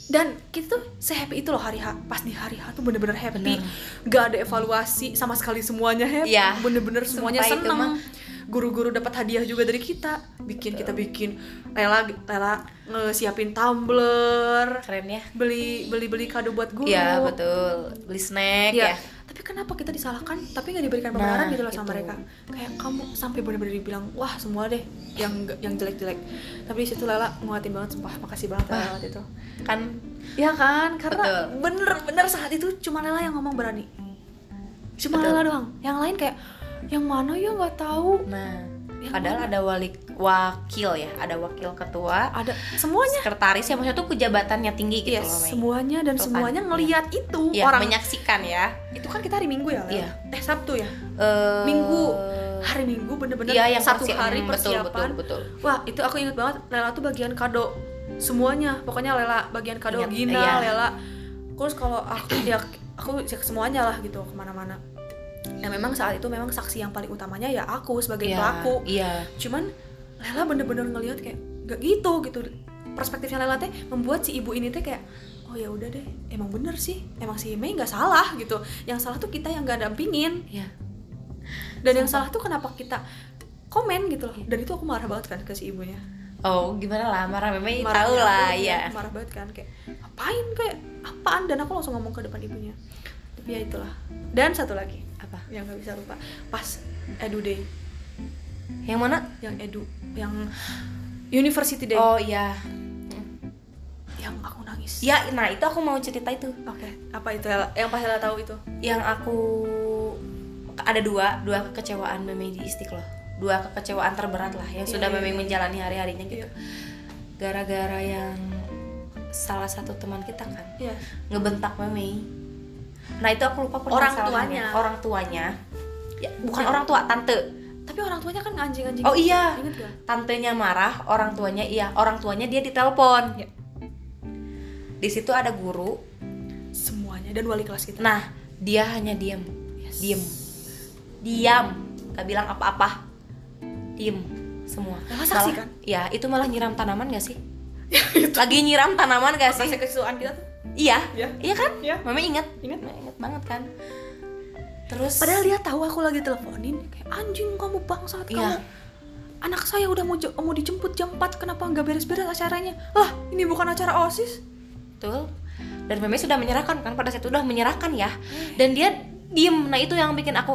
Dan kita tuh se-happy itu loh hari H. Pas di hari H tuh bener-bener happy. Bener. Gak ada evaluasi sama sekali, semuanya happy. Ya, bener-bener semuanya seneng. mah. Guru-guru dapat hadiah juga dari kita. Bikin Betul. Kita bikin Lela Lela ngesiapin tumbler. Keren ya. Beli beli beli kado buat guru. Iya betul. Beli snack ya. ya. Tapi kenapa kita disalahkan tapi nggak diberikan pembenaran nah, gitu loh sama itu. mereka. Kayak kamu sampai bener-bener dibilang wah semua deh yang yang jelek-jelek. Tapi di situ Lela nguatin banget, sumpah makasih banget Lela waktu itu. Kan ya kan karena bener-bener saat itu cuma Lela yang ngomong berani. Cuma Betul. Lela doang. Yang lain kayak yang mana ya nggak tahu. Nah, yang padahal mana? Ada wali wakil ya, ada wakil ketua, ada semuanya. Sekretaris ya, maksudnya tuh kejabatannya tinggi gitu yes, loh. Mei. Semuanya dan tuh semuanya kan, ngelihat ya. Itu ya, orang menyaksikan ya. Itu kan kita hari Minggu ya, ya. eh Sabtu ya. Uh, Minggu hari Minggu bener-bener ya, yang satu persi- hari persiapan. Betul, betul, betul. Wah itu aku ingat banget. Lela tuh bagian kado semuanya. Pokoknya Lela bagian kado ingat, Gina, iya. Lela. Terus kalau aku ya aku ya semuanya lah gitu kemana-mana. Nah memang saat itu memang saksi yang paling utamanya ya aku sebagai ya, pelaku. Iya. Cuman Lela bener-bener ngelihat kayak gak gitu gitu. Perspektifnya Lela teh membuat si ibu ini teh kayak oh ya udah deh, emang bener sih, emang si Mei nggak salah gitu. Yang salah tuh kita yang nggak dampingin. Ya. Dan Sampai. Yang salah tuh kenapa kita komen gitu loh. Dan itu aku marah banget kan ke si ibunya. Oh gimana lah, marah memang tahu lah ya. Marah banget kan kayak apain kayak apaan, dan aku langsung ngomong ke depan ibunya. Tapi ya itulah. Dan satu lagi apa yang nggak bisa lupa pas Edu Day. Yang mana? Yang Edu, yang University Day. Oh iya. Yang aku nangis. Ya, nah itu aku mau cerita itu. Oke. Okay. Apa itu yang pas Ella tahu itu? Yang aku ada dua, dua kekecewaan Meme di Istiqlal. Dua kekecewaan terberat lah yang yeah, sudah Meme yeah. menjalani hari-harinya gitu. Yeah. Gara-gara yang salah satu teman kita kan yeah. ngebentak Meme. Nah, itu aku lupa orang tuanya. Orang tuanya. Ya, bukan yeah. orang tua, tante. Tapi orang tuanya kan anjing-anjing. Oh iya. Ingat gak? Tantenya marah, orang tuanya iya, orang tuanya dia ditelepon. Ya. Di situ ada guru semuanya dan wali kelas kita. Nah, dia hanya diam. Yes. Diam. Diam. Gak bilang apa-apa. Diam semua. Malah saksi kan? Ya, itu malah nyiram tanaman gak sih? Lagi nyiram tanaman gak sih? Masa kesukaan kita tuh? Iya. Iya. Iya kan? Iya. Mama ingat. Ingat. Mama ingat banget kan. Terus padahal dia tahu aku lagi teleponin kayak anjing kamu bangsat kamu. Iya. Anak saya udah mau mau dijemput jam empat, kenapa enggak beres-beres acaranya? Lah, ini bukan acara OSIS. Betul. Dan Meme sudah menyerahkan kan, pada saat itu udah menyerahkan ya. Dan dia diem. Nah, itu yang bikin aku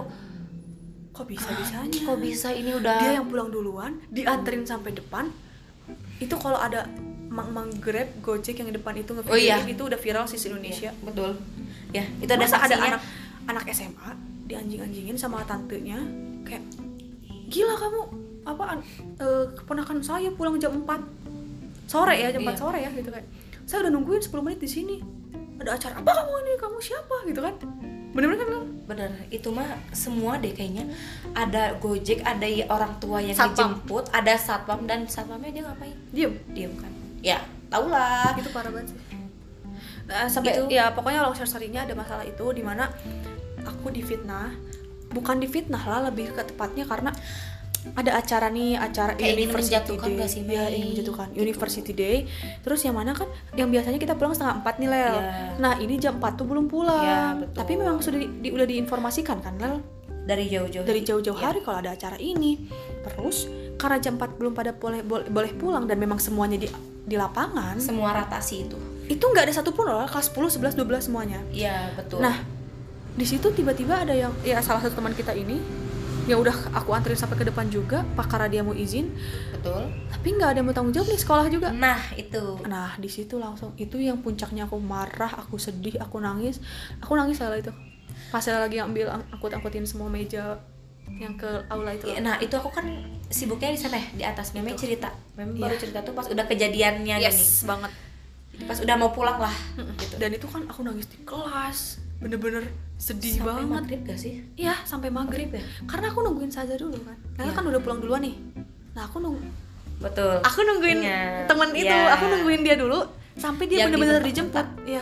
kok bisa-bisanya? Kok bisa ini udah dia yang pulang duluan, dianterin sampai depan. Itu kalau ada mang-mang Grab, Gojek yang di depan itu nge-videoin, oh, iya. itu udah viral sih di Indonesia. Iya, betul. Ya, itu ada saksinya. Ada anak anak S M A dianjing-anjingin sama tantenya kayak gila kamu apaan e, keponakan saya pulang jam empat sore ya jam empat iya. sore ya gitu kan, saya udah nungguin sepuluh menit di sini, ada acara apa kamu ini, kamu siapa gitu kan. Bener-bener kan? Bener, itu mah semua deh kayaknya. Ada Gojek, ada orang tua yang satpam. dijemput, ada satpam, dan satpamnya dia ngapain? Diem, diem kan. Ya, tau lah. Itu parah banget sih. Nah, sampai itu. Ya pokoknya long story-nya ada masalah itu di mana aku difitnah. Bukan difitnah lah, lebih ke tepatnya karena ada acara nih, acara kayak University Day. Gak sih, ya, ini menjatuhkan gitu. University Day. Terus yang mana kan yang biasanya kita pulang setengah empat nih, Lel. Ya. Nah, ini jam empat tuh belum pulang. Ya, betul. Tapi memang sudah di, di, udah diinformasikan kan, Lel? Dari jauh-jauh. Dari jauh-jauh ya. hari kalau ada acara ini. Terus karena jam empat belum pada boleh boleh, boleh pulang dan memang semuanya di di lapangan. Semua rotasi itu. Itu enggak ada satupun loh, kelas sepuluh, sebelas, dua belas semuanya. Iya, betul. Nah, di situ tiba-tiba ada yang ya salah satu teman kita ini yang udah aku anterin sampai ke depan juga, Pak, karena dia mau izin. Betul. Tapi nggak ada yang mau tanggung jawab nih, sekolah juga. Nah itu. Nah di situ langsung itu yang puncaknya aku marah, aku sedih, aku nangis, aku nangis salah itu. Pas saya lagi ambil angkut-angkutin semua meja yang ke aula itu. Nah itu aku kan sibuknya di sana di atas. Meme cerita, Meme baru cerita tuh pas udah kejadiannya yes, nih. banget. Pas udah mau pulang lah. Gitu. Dan itu kan aku nangis di kelas. Bener-bener sedih sampai banget. Sampai maghrib gak sih? Iya, sampai maghrib ya. Karena aku nungguin Saza dulu kan. Nah, ya. kan udah pulang duluan nih. Nah, aku nunggu. Betul. Aku nungguin ya. teman itu, ya. aku nungguin dia dulu sampai dia bener-bener dijemput. Iya.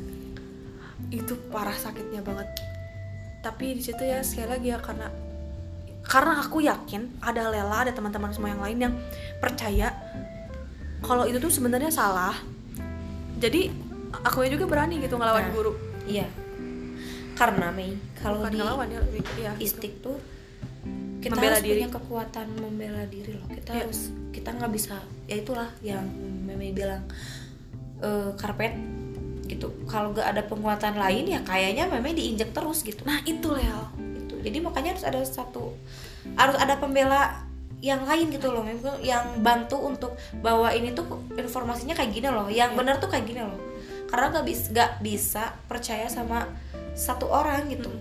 Itu parah sakitnya banget. Tapi di situ ya sekali lagi ya karena karena aku yakin ada Lela, ada teman-teman semua yang lain yang percaya kalau itu tuh sebenarnya salah. Jadi akunya juga berani gitu ngelawan Nah, guru. Iya. Karena Mei, kalau Bukan di ngelawan ya, lebih ya, istik tuh kita Membela harus diri. punya kekuatan membela diri loh. Kita Iya. harus, kita nggak bisa, ya itulah yang Mei bilang, e, karpet gitu. Kalau nggak ada penguatan lain ya kayaknya Mei diinjek terus gitu. Nah itu Lel. Itu. Jadi makanya harus ada satu, harus ada pembela yang lain gitu loh, memang yang bantu untuk bahwa ini tuh informasinya kayak gini loh, yang Iya. benar tuh kayak gini loh. Karena nggak bisa nggak bisa percaya sama satu orang gitu.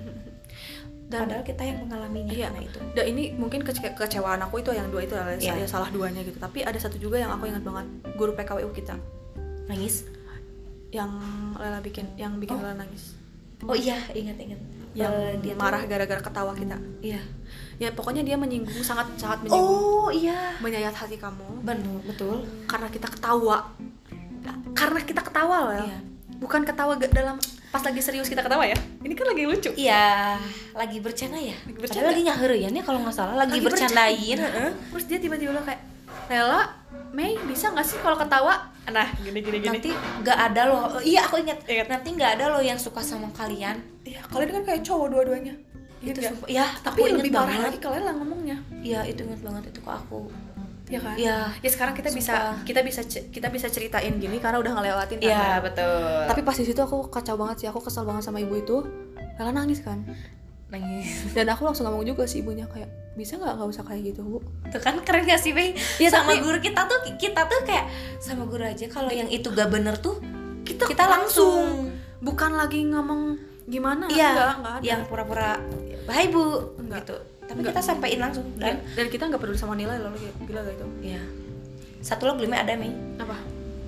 Dan Padahal kita yang mengalaminya. iya, Nah itu. dan ini mungkin kece- kecewaan aku itu yang dua itu adalah Iya. ya salah duanya gitu. Tapi ada satu juga yang aku ingat banget, guru P K W U kita Nangis. yang Lela bikin, yang bikin Oh. Lela nangis. Oh iya, ingat-ingat. Yang Eh, dia dia tuh- marah gara-gara ketawa kita. Iya. Ya pokoknya dia menyinggung, sangat sangat menyinggung, Oh iya. menyayat hati kamu Betul, betul. karena kita ketawa. Karena kita ketawa loh ya. Iya. Bukan ketawa ga- dalam pas lagi serius kita ketawa ya. Ini kan lagi lucu. Iya, lagi bercanda ya. Lagi Lagi bercanda. Padahal lagi nyaheureuyan ya kalau nggak salah, lagi, Lagi bercandain, bercanda. heeh. Terus dia tiba-tiba bilang kayak, Lela, Mei bisa nggak sih kalau ketawa? Nah, gini gini gini. Nanti nggak ada loh. Oh, iya, aku ingat. Ingat. Nanti nggak ada loh yang suka sama kalian. Iya, kalian kan kayak cowok dua-duanya. Itu Gitu ya. sumpah. Ya, Tapi aku inget lebih parah banget. lagi ke Lela ngomongnya. Iya, itu inget banget itu ke aku. Ya kan? Iya. Ya sekarang kita bisa Sumpah. kita bisa ce- kita bisa ceritain gini karena udah ngelewatin kan. Iya, betul. Tapi pas di situ aku kacau banget sih, aku kesel banget sama ibu itu. Lela nangis kan. nangis. Dan aku langsung ngomong juga sih ibunya kayak, bisa nggak nggak usah kayak gitu bu. Tuh kan keren gak sih, Bey? Iya, Sama tapi- guru kita tuh kita tuh kayak sama guru aja kalau yang itu gak bener tuh Kita, kita langsung. bukan lagi ngomong gimana. Iya, enggak, enggak ada. yang pura-pura hai bu Enggak. gitu. Tapi Enggak. kita sampein langsung dan, dan dan kita nggak peduli sama nilai loh, gila gak itu? ya. Satu lagi ada Mei. Apa?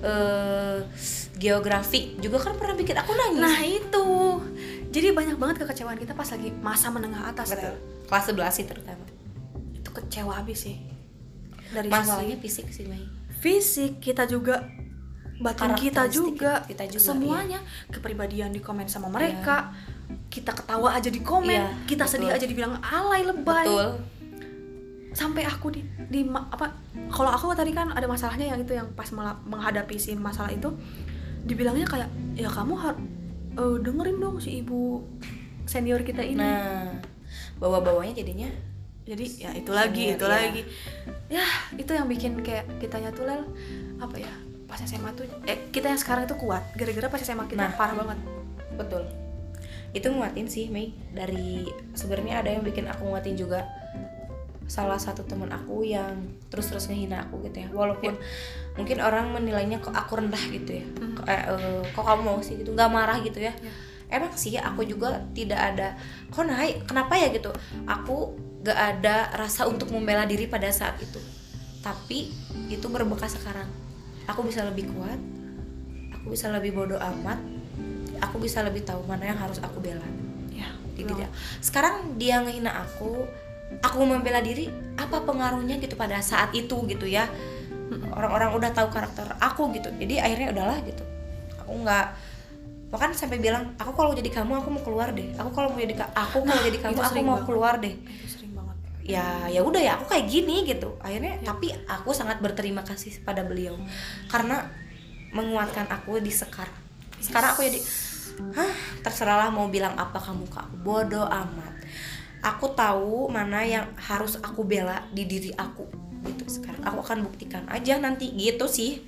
Eh geografi juga kan pernah bikin aku nangis. Nah itu, jadi banyak banget kekecewaan kita pas lagi masa menengah atas. betul. Lel. Kelas sebelas sih terutama. Itu kecewa habis sih. Dari Masalahnya sisi fisik sih, Mei. fisik kita juga, batin kita Karakteristik juga, kita juga, semuanya, kepribadian di komen sama mereka, kita ketawa aja di komen, Iya, kita betul. sedih aja dibilang alay lebay. Betul. Sampai aku di, di ma- apa kalau aku tadi kan ada masalahnya yang itu yang pas mela- menghadapi si masalah itu dibilangnya kayak ya kamu harus dengerin dong si ibu senior kita ini. Nah, bawa-bawanya jadinya Jadi ya itu lagi, Senior, itu iya. lagi. Ya, itu yang bikin kayak kitanya tuh Lel, apa ya? Pas S M A tuh eh kita yang sekarang itu kuat gara-gara pas S M A kita Nah. parah banget. betul. Itu nguatin sih, Mei. Dari sebenarnya ada yang bikin aku nguatin juga. Salah satu teman aku yang terus-terus ngehina aku gitu ya. Walaupun mungkin orang menilainya kok aku rendah gitu ya. Hmm. Kok, eh, eh, kok kamu mau sih gitu, nggak marah gitu ya. Ya. Emang sih aku juga tidak ada kok naik, kenapa ya gitu. Aku gak ada rasa untuk membela diri pada saat itu. Tapi itu berbekas sekarang. Aku bisa lebih kuat. Aku bisa lebih bodoh amat. Aku bisa lebih tahu mana yang harus aku bela. Ya, Di betul. diri. Sekarang dia ngehina aku, aku membela diri, apa pengaruhnya gitu pada saat itu gitu ya. Orang-orang udah tahu karakter aku gitu. Jadi akhirnya udahlah gitu. Aku nggak, bahkan sampai bilang, aku kalau jadi kamu aku mau keluar deh. Aku kalau mau jadi ka- aku kalau Nah, jadi kamu itu aku sering mau banget. keluar deh. Itu sering banget. Ya ya udah ya aku kayak gini gitu. Akhirnya Ya. tapi aku sangat berterima kasih pada beliau karena menguatkan aku di sekarang. Sekarang aku jadi hah, terserahlah mau bilang apa kamu ke aku, bodoh amat. Aku tahu mana yang harus aku bela di diri aku gitu. Sekarang aku akan buktikan aja nanti gitu sih.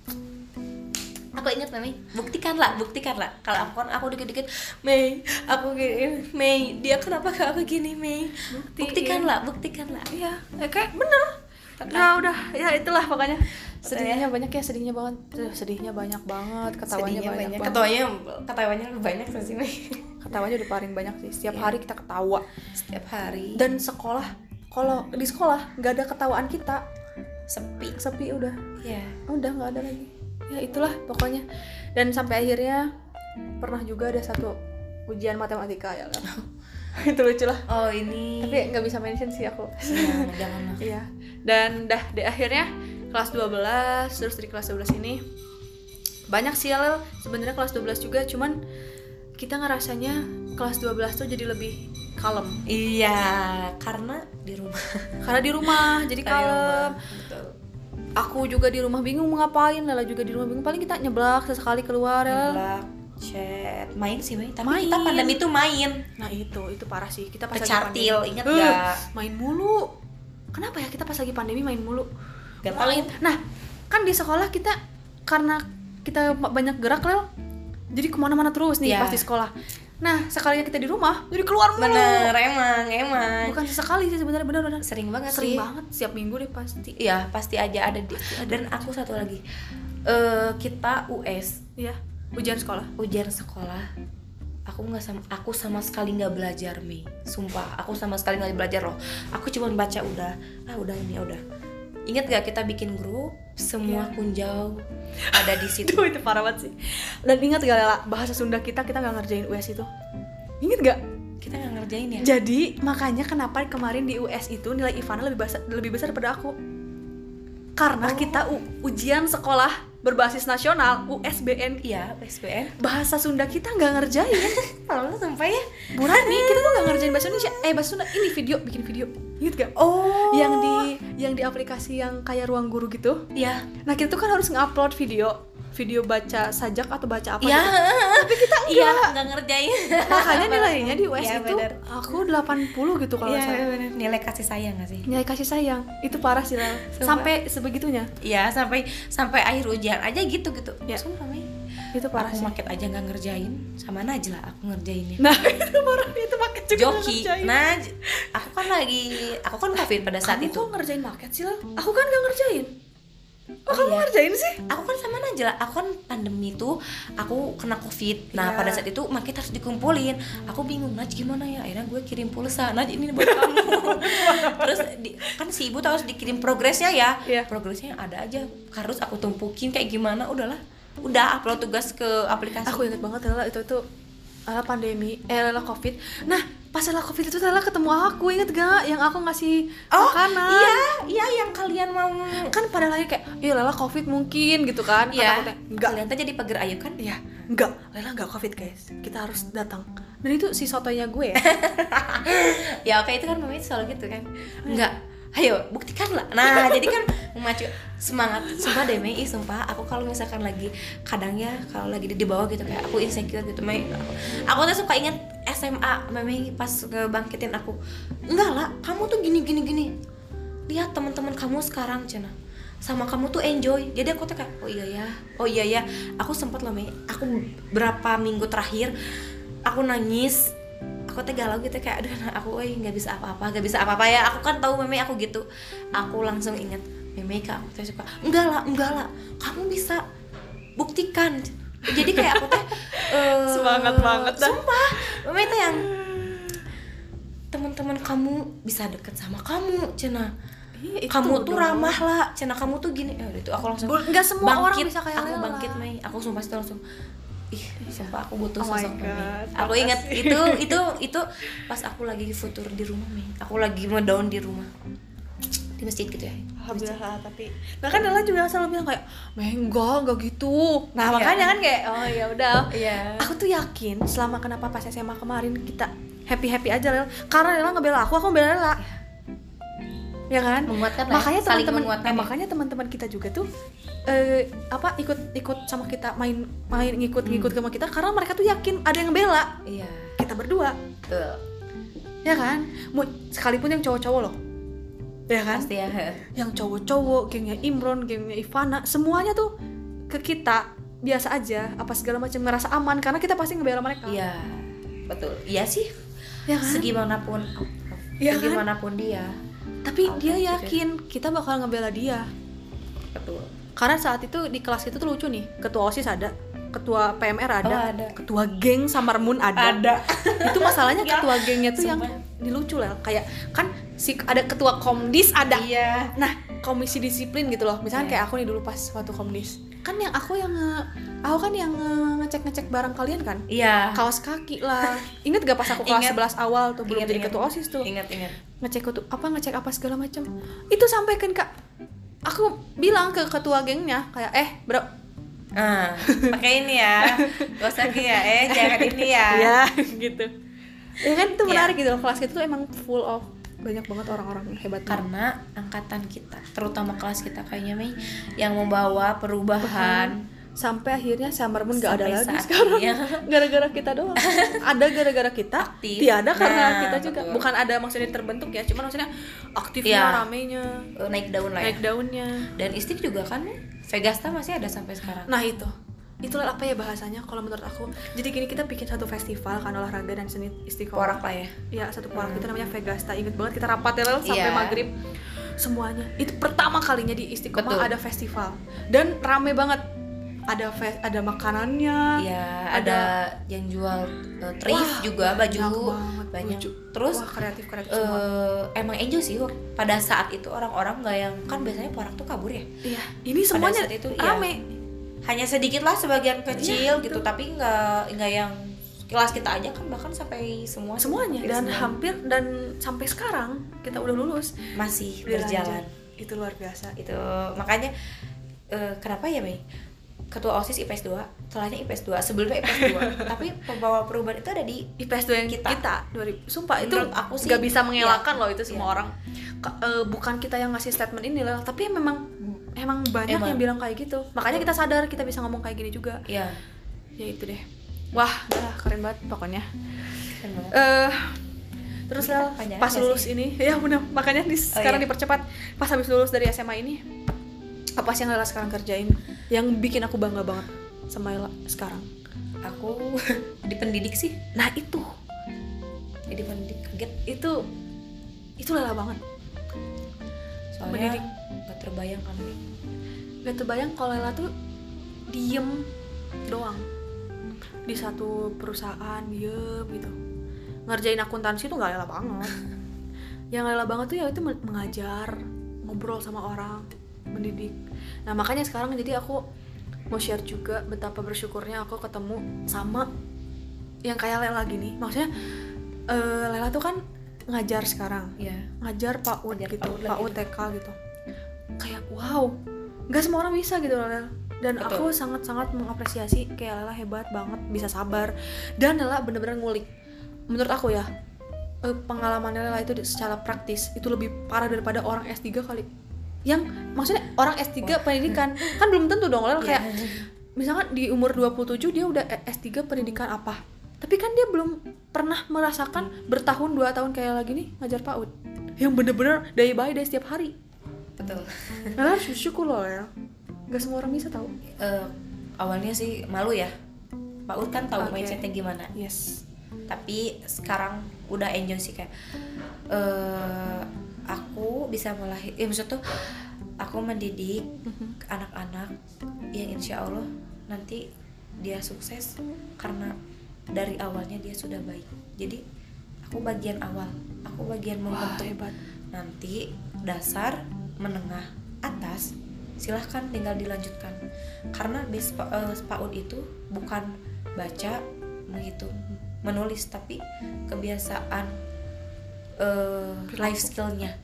Aku ingat Mei, buktikanlah, buktikanlah. Kalau aku kan aku dikit-dikit, Mei, aku gini, Mei, dia kenapa ke aku gini, Mei? Buktiin. Buktikanlah, buktikanlah. Iya, eh, kayak bener. Ya udah, ya itulah pokoknya. Sedihnya ya. banyak ya, sedihnya banget. Tuh, sedihnya banyak banget, ketawanya Sedihnya banyak, banyak. banget. Ketawanya, ketawanya lebih banyak sih, Mei. Ketawanya udah paling banyak sih. Setiap Iya. hari kita ketawa. Setiap hari Dan sekolah, kalau di sekolah nggak ada ketawaan kita, sepi. sepi udah. Ya. Udah nggak ada lagi. Ya itulah pokoknya. Dan sampai akhirnya pernah juga ada satu ujian matematika ya lah. Itu lucu lah. Oh ini. Tapi nggak bisa mention sih aku. Jangan, jangan. Iya. Dan dah di akhirnya kelas dua belas, terus di kelas dua belas ini banyak sih ya Lel. Sebenarnya kelas dua belas juga, cuman kita ngerasanya kelas dua belas tuh jadi lebih kalem. Iya, karena di rumah. Karena di rumah jadi Di kalem. rumah, betul. aku juga di rumah bingung mau ngapain, Lela juga di rumah bingung, paling kita nyeblak sesekali keluar ya. Nyeblak, chat, main sih main, tapi Main. kita pandemi itu main. Nah itu, itu parah sih, kita pas lagi Kecartil, pandemi. ingat Eh, gak? main mulu. Kenapa ya kita pas lagi pandemi main mulu? Gak Paling, nah kan di sekolah kita karena kita banyak gerak Lel, jadi kemana-mana terus nih Iya. pas di sekolah. Nah sekalinya kita di rumah, jadi keluar mulu. Bener, emang, emang. Bukan sesekali sih sebenarnya, benar-benar Sering banget sering sih. banget, setiap minggu deh pasti. Iya, pasti aja ada di. Dan aku satu lagi, eh kita U S, Iya, ujian sekolah. ujian sekolah. Aku nggak sama, aku sama sekali nggak belajar Mei. Sumpah, aku sama sekali nggak belajar loh. Aku cuma baca udah, ah udah ini udah. Ingat gak kita bikin grup, semua Iya. kunjau ada di situ. Itu itu parah banget sih. Dan ingat gak Lela, bahasa Sunda kita kita nggak ngerjain U S itu. Ingat gak? Kita nggak ngerjain ya. Jadi makanya kenapa kemarin di U S itu nilai Ivana lebih besar lebih besar daripada aku. Karena Oh. kita u- ujian sekolah berbasis nasional U S B N, Iya, S B N. bahasa Sunda kita nggak ngerjain. Kalau sumpah ya. Burani kita tuh nggak ngerjain bahasa Indonesia. Eh bahasa Sunda ini video, bikin video. Ingat gak? Oh. Yang di yang di aplikasi yang kayak ruang guru gitu. Iya. Nah kita tuh kan harus ngupload video video baca sajak atau baca apa Iya. gitu. Tapi kita enggak. Iya, nggak ngerjain. Makanya nilainya di U S Iya, itu bener. aku delapan puluh gitu kalau nggak Iya, salah. bener. Nilai kasih sayang nggak sih? Nilai kasih sayang itu parah sih Lel. Sumpah. Sampai sebegitunya. Iya, sampai sampai akhir ujian aja gitu gitu. Ya. Sumpah Mei. Itu parah Aku sih. maket aja nggak ngerjain, sama Najla aku ngerjainnya. Nah itu parah, itu paket juga nggak Joki, ngerjain. Naj, aku kan lagi, aku kan covid pada saat Kamu itu. kok ngerjain market sih Lel? Aku kan nggak ngerjain. Oh, Oh, kamu iya. ngerjain sih? Aku kan sama Najla, aku kan pandemi tuh, aku kena covid. Nah Iya. pada saat itu market harus dikumpulin. Aku bingung, Naj gimana ya? Akhirnya gue kirim pulsa, Naj ini buat kamu. Terus di, kan si ibu tuh harus dikirim progresnya ya. Iya. Progresnya ada aja, harus aku tumpukin kayak gimana? Udahlah, udah upload tugas ke aplikasi. Aku inget banget Lela itu tuh Lela pandemi, eh Lela covid. Nah pas Lela covid itu Lela ketemu aku, inget gak? Yang aku ngasih Oh makanan. iya, iya yang kalian mau. Kan pada lagi kayak, iya Lela covid mungkin gitu kan. Kata Iya, aku teh, enggak. kalian tuh jadi pagar ayu kan? Iya, enggak, Lela enggak covid guys. Kita harus datang. Dan itu si sotonya gue ya. Ya oke, itu kan mamanya selalu gitu kan. Enggak, ayo buktikan lah. Nah jadi kan memacu semangat. Sumpah deh Mei, ih, sumpah aku kalau misalkan lagi kadang ya kalau lagi di, di bawah gitu kayak aku insecure gitu Mei, aku, aku tuh suka inget S M A Mei pas ngebangkitin aku. Enggak lah, kamu tuh gini gini gini, lihat teman-teman kamu sekarang Cina, sama kamu tuh enjoy. Jadi aku tuh kayak oh iya ya, oh iya ya. Aku sempat loh Mei, aku berapa minggu terakhir aku nangis, aku teh galau gitu kayak aduh nah, aku eh nggak bisa apa-apa nggak bisa apa-apa ya. Aku kan tahu Meme aku gitu, aku langsung ingat Meme kak, aku tuh suka enggak lah enggak lah kamu bisa buktikan. Jadi kayak aku teh uh, Semangat banget dah. sumpah Meme itu yang teman-teman kamu bisa deket sama kamu Cina, Iya, itu kamu tuh dong. ramah lah Cina, kamu tuh gini ya itu aku langsung Bu- nggak semua orang bangkit, bisa kayak aku Lela. bangkit Mei, aku sumpah itu langsung ih sumpah aku butuh Oh my sosok Mei. God, Aku apa ingat sih? itu itu itu pas aku lagi futur di rumah Mei, aku lagi ngedown di rumah di masjid gitu ya. Alhamdulillah, tapi nah kan Lela juga selalu bilang kayak enggak, enggak gitu. Nah Iya. makanya kan kayak oh ya udah. Iya. Aku tuh yakin selama kenapa pas S M A kemarin kita happy-happy aja Lela. Karena Lela ngebela aku, aku ngebela Lela. Ya kan? Menguatkan lah, Makanya saling teman-teman menguatkan eh, ya. makanya teman-teman kita juga tuh eh, apa ikut ikut sama kita main main ngikut ngikut sama kita karena mereka tuh yakin ada yang ngebela Iya. kita berdua. Betul. Ya kan? Mau sekalipun yang cowok-cowok loh. Ya kan? Pasti ya. Yang cowok-cowok, gengnya Imron, gengnya Ivana, semuanya tuh ke kita biasa aja, apa segala macam, ngerasa aman karena kita pasti ngebela mereka. Iya. Betul. Iya sih. Ya kan? Segimanapun Iya kan? segimanapun dia. Tapi Apa dia gitu. yakin kita bakal ngebela dia. Betul. Karena saat itu di kelas itu tuh lucu nih, ketua OSIS ada, ketua P M R ada, Oh, ada. ketua geng Samarmun ada. Itu masalahnya Ya, ketua gengnya tuh yang sumpah. dilucu lah, kayak kan si ada ketua Komdis ada. Iya. Nah, komisi disiplin gitu loh. Misalnya Iya. kayak aku nih dulu pas waktu Komdis. Kan yang aku yang nge- aku kan yang nge- ngecek-ngecek barang kalian kan. Iya. Kaos kaki lah. Ingat gak pas aku kelas Ingat. sebelas awal tuh belum Ingat, jadi ingat. ketua OSIS tuh. Ingat ingat. Ngecek tuh apa ngecek apa segala macam. Itu sampai kan Kak aku bilang ke ketua gengnya kayak eh, Bro. Ah, pakai ini ya. Gak usah kayak ya, eh jangan ini ya. Iya, gitu. Ya kan itu Iya. menarik gitu loh. Kelas itu tuh emang full of banyak banget orang-orang hebat karena angkatan kita, terutama kelas kita kayaknya Mei yang membawa perubahan. Sampai akhirnya Sailor Moon gak ada lagi saat sekarang ini ya. gara-gara kita doang. Ada gara-gara kita, Aktif. tiada karena Nah, kita juga betul. bukan ada maksudnya terbentuk ya, cuman maksudnya aktifnya, Ya. ramenya, Eh, naik daun lah ya. naik daunnya. Dan Istik juga kan Vegasta masih ada sampai sekarang. Nah itu, itulah apa ya bahasanya kalau menurut aku. Jadi gini, kita bikin satu festival kan olahraga dan seni istiqomah. Porak lah ya. Iya, satu porak itu namanya Vegasta. Ingat banget kita rapat ya Lel, sampai Iya. maghrib semuanya. Itu pertama kalinya di Istiqomah Betul. ada festival dan rame banget. Ada fe- ada makanannya. Iya, ada, ada yang jual uh, thrift Wah, juga, baju banyak banget, banyak. baju. Terus Wah, kreatif kreatif semua. eh, emang enjoy sih wak- pada saat itu orang-orang nggak yang kan biasanya porak tuh kabur ya. Iya, ini semuanya saat itu, iya. rame. Hanya sedikit lah sebagian kecil Iya, gitu, betul. tapi nggak nggak yang kelas kita aja kan bahkan sampai semua Semuanya hampir dan semua hampir dan sampai sekarang kita udah lulus masih dilanjut. berjalan. Itu luar biasa. Itu makanya eh, kenapa ya Mei? Ketua OSIS I P S dua, setelahnya I P S dua, sebelumnya I P S dua. Tapi pembawa perubahan itu ada di I P S dua yang Kita. kita, dua ribu sumpah itu Menurut aku sih, nggak bisa mengelakkan iya. loh itu semua Iya. orang. Ka- eh, bukan kita yang ngasih statement ini lah, tapi memang emang banyak Emang. yang bilang kayak gitu. Makanya kita sadar kita bisa ngomong kayak gini juga. ya. Ya itu deh. Wah, udah keren banget pokoknya. Keren banget. Eh terus Kita Lel, panjang pas aja lulus sih. ini, ya benar, makanya di, sekarang iya. dipercepat. Pas habis lulus dari S M A ini, apa sih yang Lela sekarang kerjain yang bikin aku bangga banget sama Lela sekarang? Aku di pendidik sih, Nah itu, jadi pendidik kaget itu, itu Lela banget. soalnya Pendidik. nggak terbayang kan Mei. Gak terbayang kalau Lela tuh diem doang di satu perusahaan, diem gitu. Ngerjain akuntansi tuh gak Lela banget. Yang Lela banget tuh ya itu men- mengajar, ngobrol sama orang, mendidik. Nah makanya sekarang jadi aku mau share juga betapa bersyukurnya aku ketemu sama yang kayak Lela gini. Maksudnya eh, Lela tuh kan ngajar sekarang, ya ngajar PAUD Ngajar gitu, PAUD lagi PAUD tuh. T K gitu. Kayak wow, nggak semua orang bisa gitu loh Lela. Dan Betul. aku sangat-sangat mengapresiasi kayak Lela hebat banget, bisa sabar. Dan Lela bener-bener ngulik. Menurut aku ya, eh, pengalaman Lela itu di- secara praktis itu lebih parah daripada orang S tiga kali. Yang maksudnya orang S tiga Wah. pendidikan kan belum tentu dong Lela kayak Iya. misalkan di umur dua puluh tujuh dia udah S tiga pendidikan apa. Tapi kan dia belum pernah merasakan bertahun dua tahun kayak lagi nih ngajar PAUD. Yang bener-bener day by day setiap hari. betul. Lela harus bersyukur loh ya. Gak semua orang bisa tahu. Eh, awalnya sih malu ya, Pak Ud kan tahu Oke. mindsetnya gimana. Yes. Tapi sekarang udah enjoy sih kayak eh aku bisa melahir, ya maksud tuh aku mendidik anak-anak yang insya Allah nanti dia sukses karena dari awalnya dia sudah baik. Jadi aku bagian awal, aku bagian Wah, membentuk. hebat. Nanti dasar, menengah, atas silahkan tinggal dilanjutkan. Karena base pa- eh, PAUD itu bukan baca, menghitung, menulis, tapi kebiasaan eh, life skillnya,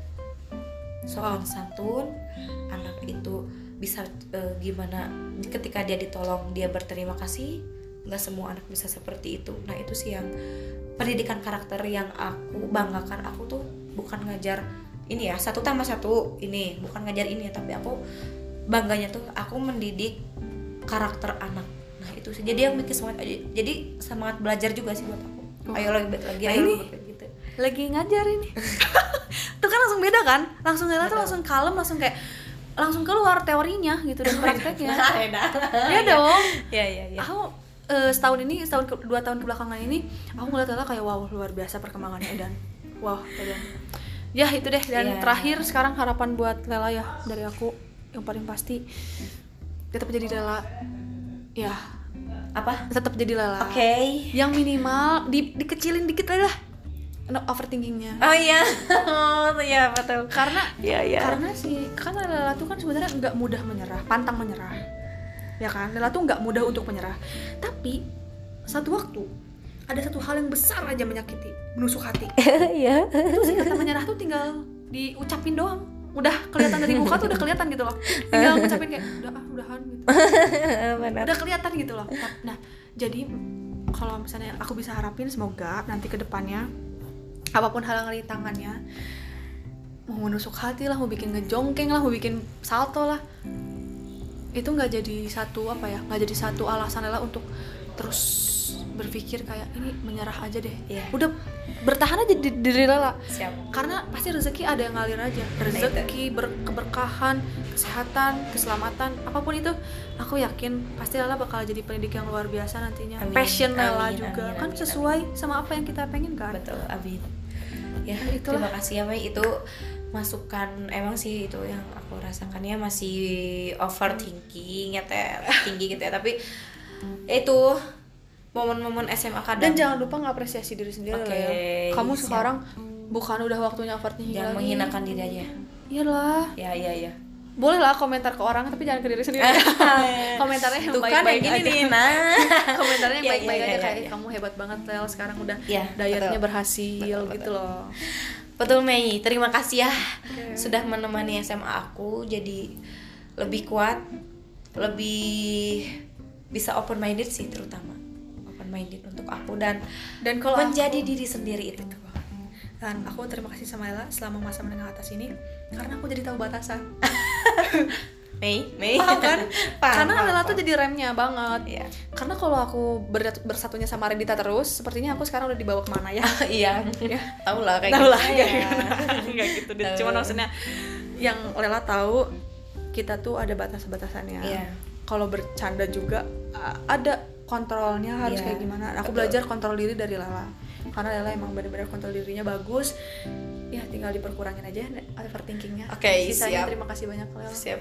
sopan santun. Anak itu bisa eh, gimana ketika dia ditolong dia berterima kasih. Nggak semua anak bisa seperti itu. Nah itu sih yang pendidikan karakter yang aku banggakan. Aku tuh bukan ngajar ini ya satu tambah satu ini, bukan ngajar ini ya, tapi aku bangganya tuh aku mendidik karakter anak. Nah itu sih jadi yang bikin semangat aja, jadi semangat belajar juga sih buat aku. Oh. Ayo lagi lagi Nah, ayo ini lagi, gitu. Lagi ngajar ini. Tuh kan langsung beda kan? Langsung Lela tuh Betul. langsung kalem, langsung kayak langsung keluar teorinya gitu dan prakteknya. Beda. Iya dong. Ya ya ya. Aku eh, setahun ini, setahun ke, dua tahun kebelakangan ini, aku ngeliat Lela kayak wow luar biasa perkembangannya dan wow dan ya itu deh. Dan Iya. terakhir sekarang harapan buat Lela ya dari aku yang paling pasti tetap jadi Lela ya, Apa? tetap jadi Lela. Oke. Yang minimal di, dikecilin dikit aja lah no, overthinkingnya. Oh iya. Oh iya betul. Karena Iya iya. karena sih kan Lela tuh kan sebenarnya nggak mudah menyerah, pantang menyerah, ya kan? Lela tuh nggak mudah untuk menyerah. Tapi satu waktu ada satu hal yang besar aja menyakiti, menusuk hati. Iya. Terus si kata menyerah tuh tinggal diucapin doang, udah kelihatan dari muka tuh udah kelihatan gitu loh. Tinggal ngucapin kayak udah ah udahan gitu. Benar. Udah kelihatan gitu loh. Nah jadi kalau misalnya aku bisa harapin semoga nanti ke depannya apapun hal yang ada di tangannya, mau menusuk hati lah, mau bikin ngejongkeng lah, mau bikin salto lah, itu nggak jadi satu apa ya, nggak jadi satu alasan Lela untuk terus berpikir kayak ini menyerah aja deh. Yeah. Udah bertahan aja di diri Lela. Siap. Karena pasti rezeki ada yang ngalir aja. Rezeki, ber- keberkahan, kesehatan, keselamatan, apapun itu, aku yakin pasti Lela bakal jadi pendidik yang luar biasa nantinya. Amin. Passion Lela Amin, juga amin, kan amin, sesuai amin. sama apa yang kita pengen kan. Betul, amin. Ya, Itulah. terima kasih ya Mei, itu masukan emang sih itu yang aku rasakannya masih overthinking ya teh, tinggi gitu ya, tapi itu momen-momen S M A kadang. Dan jangan lupa ngapresiasi diri sendiri Oke, lah ya. Kamu siap. sekarang bukan udah waktunya overthinking Jangan lagi. menghinakan diri aja. Iyalah. Ya, ya, ya. Boleh lah komentar ke orang tapi jangan ke diri sendiri. Komentarnya yang Tuh kan baik-baik yang gini aja. nih, nah. Komentarnya yang Ya, baik-baik ya, aja ya, kayak ya. kamu hebat banget Lel, sekarang udah Ya, dietnya betul. berhasil Betul, gitu betul. loh. Betul Mei, terima kasih ya Oke. sudah menemani S M A aku jadi lebih kuat, lebih bisa open minded sih, terutama open minded untuk aku dan Dan kalau menjadi aku, diri sendiri itu. dan aku terima kasih sama Ella selama masa menengah atas ini karena aku jadi tahu batasan. Mei, Mei. Paham kan? Paham, Karena paham, Lela tuh paham. jadi remnya banget. Iya. Karena kalau aku ber- bersatunya sama Rendita terus, sepertinya aku sekarang udah dibawa kemana ya? Iya, tahu lah kayak Tahu lah, gimana kayak ya. gimana. Nggak gitu deh. Tahu. Cuman maksudnya yang Lela tahu kita tuh ada batas-batasannya. Iya. Kalau bercanda juga a- ada kontrolnya harus Iya, kayak gimana. Aku betul. belajar kontrol diri dari Lela. Karena Lela emang benar-benar kontrol dirinya bagus. Ya tinggal diperkurangin aja overthinkingnya. Oke, Sisanya siap. terima kasih banyak Lela. Siap.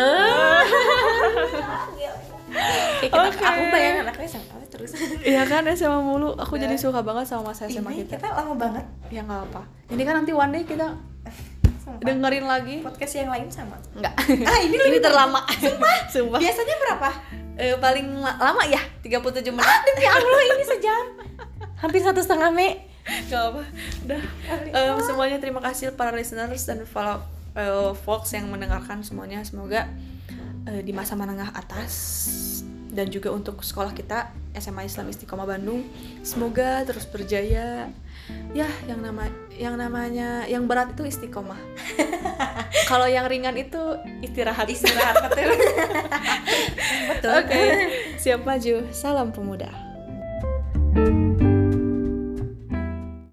Kayak kita, Oke. aku bayangin anaknya sama terus. Iya kan S M A mulu. Aku jadi suka banget sama masa S M A Ini kita. kita lama banget. Ya nggak apa. Ini kan nanti one day kita Sumpah. dengerin lagi. Podcast yang lain sama. Enggak. Ah, ini ini lebih terlama. Sumpah. Sumpah. Biasanya berapa? Eh, paling la- lama ya tiga puluh tujuh menit. Demi Allah ini sejam. Hampir satu setengah Mei. Gak apa. Udah. Em, semuanya terima kasih para listeners dan follow uh, folks yang mendengarkan semuanya. Semoga eh, di masa menengah atas dan juga untuk sekolah kita S M A Islam Istiqomah Bandung semoga terus berjaya. Ya, yang nama yang namanya yang berat itu istiqomah. Kalau yang ringan itu istirahat. Istirahat betul. Betul. Oke, siap maju. Salam pemuda.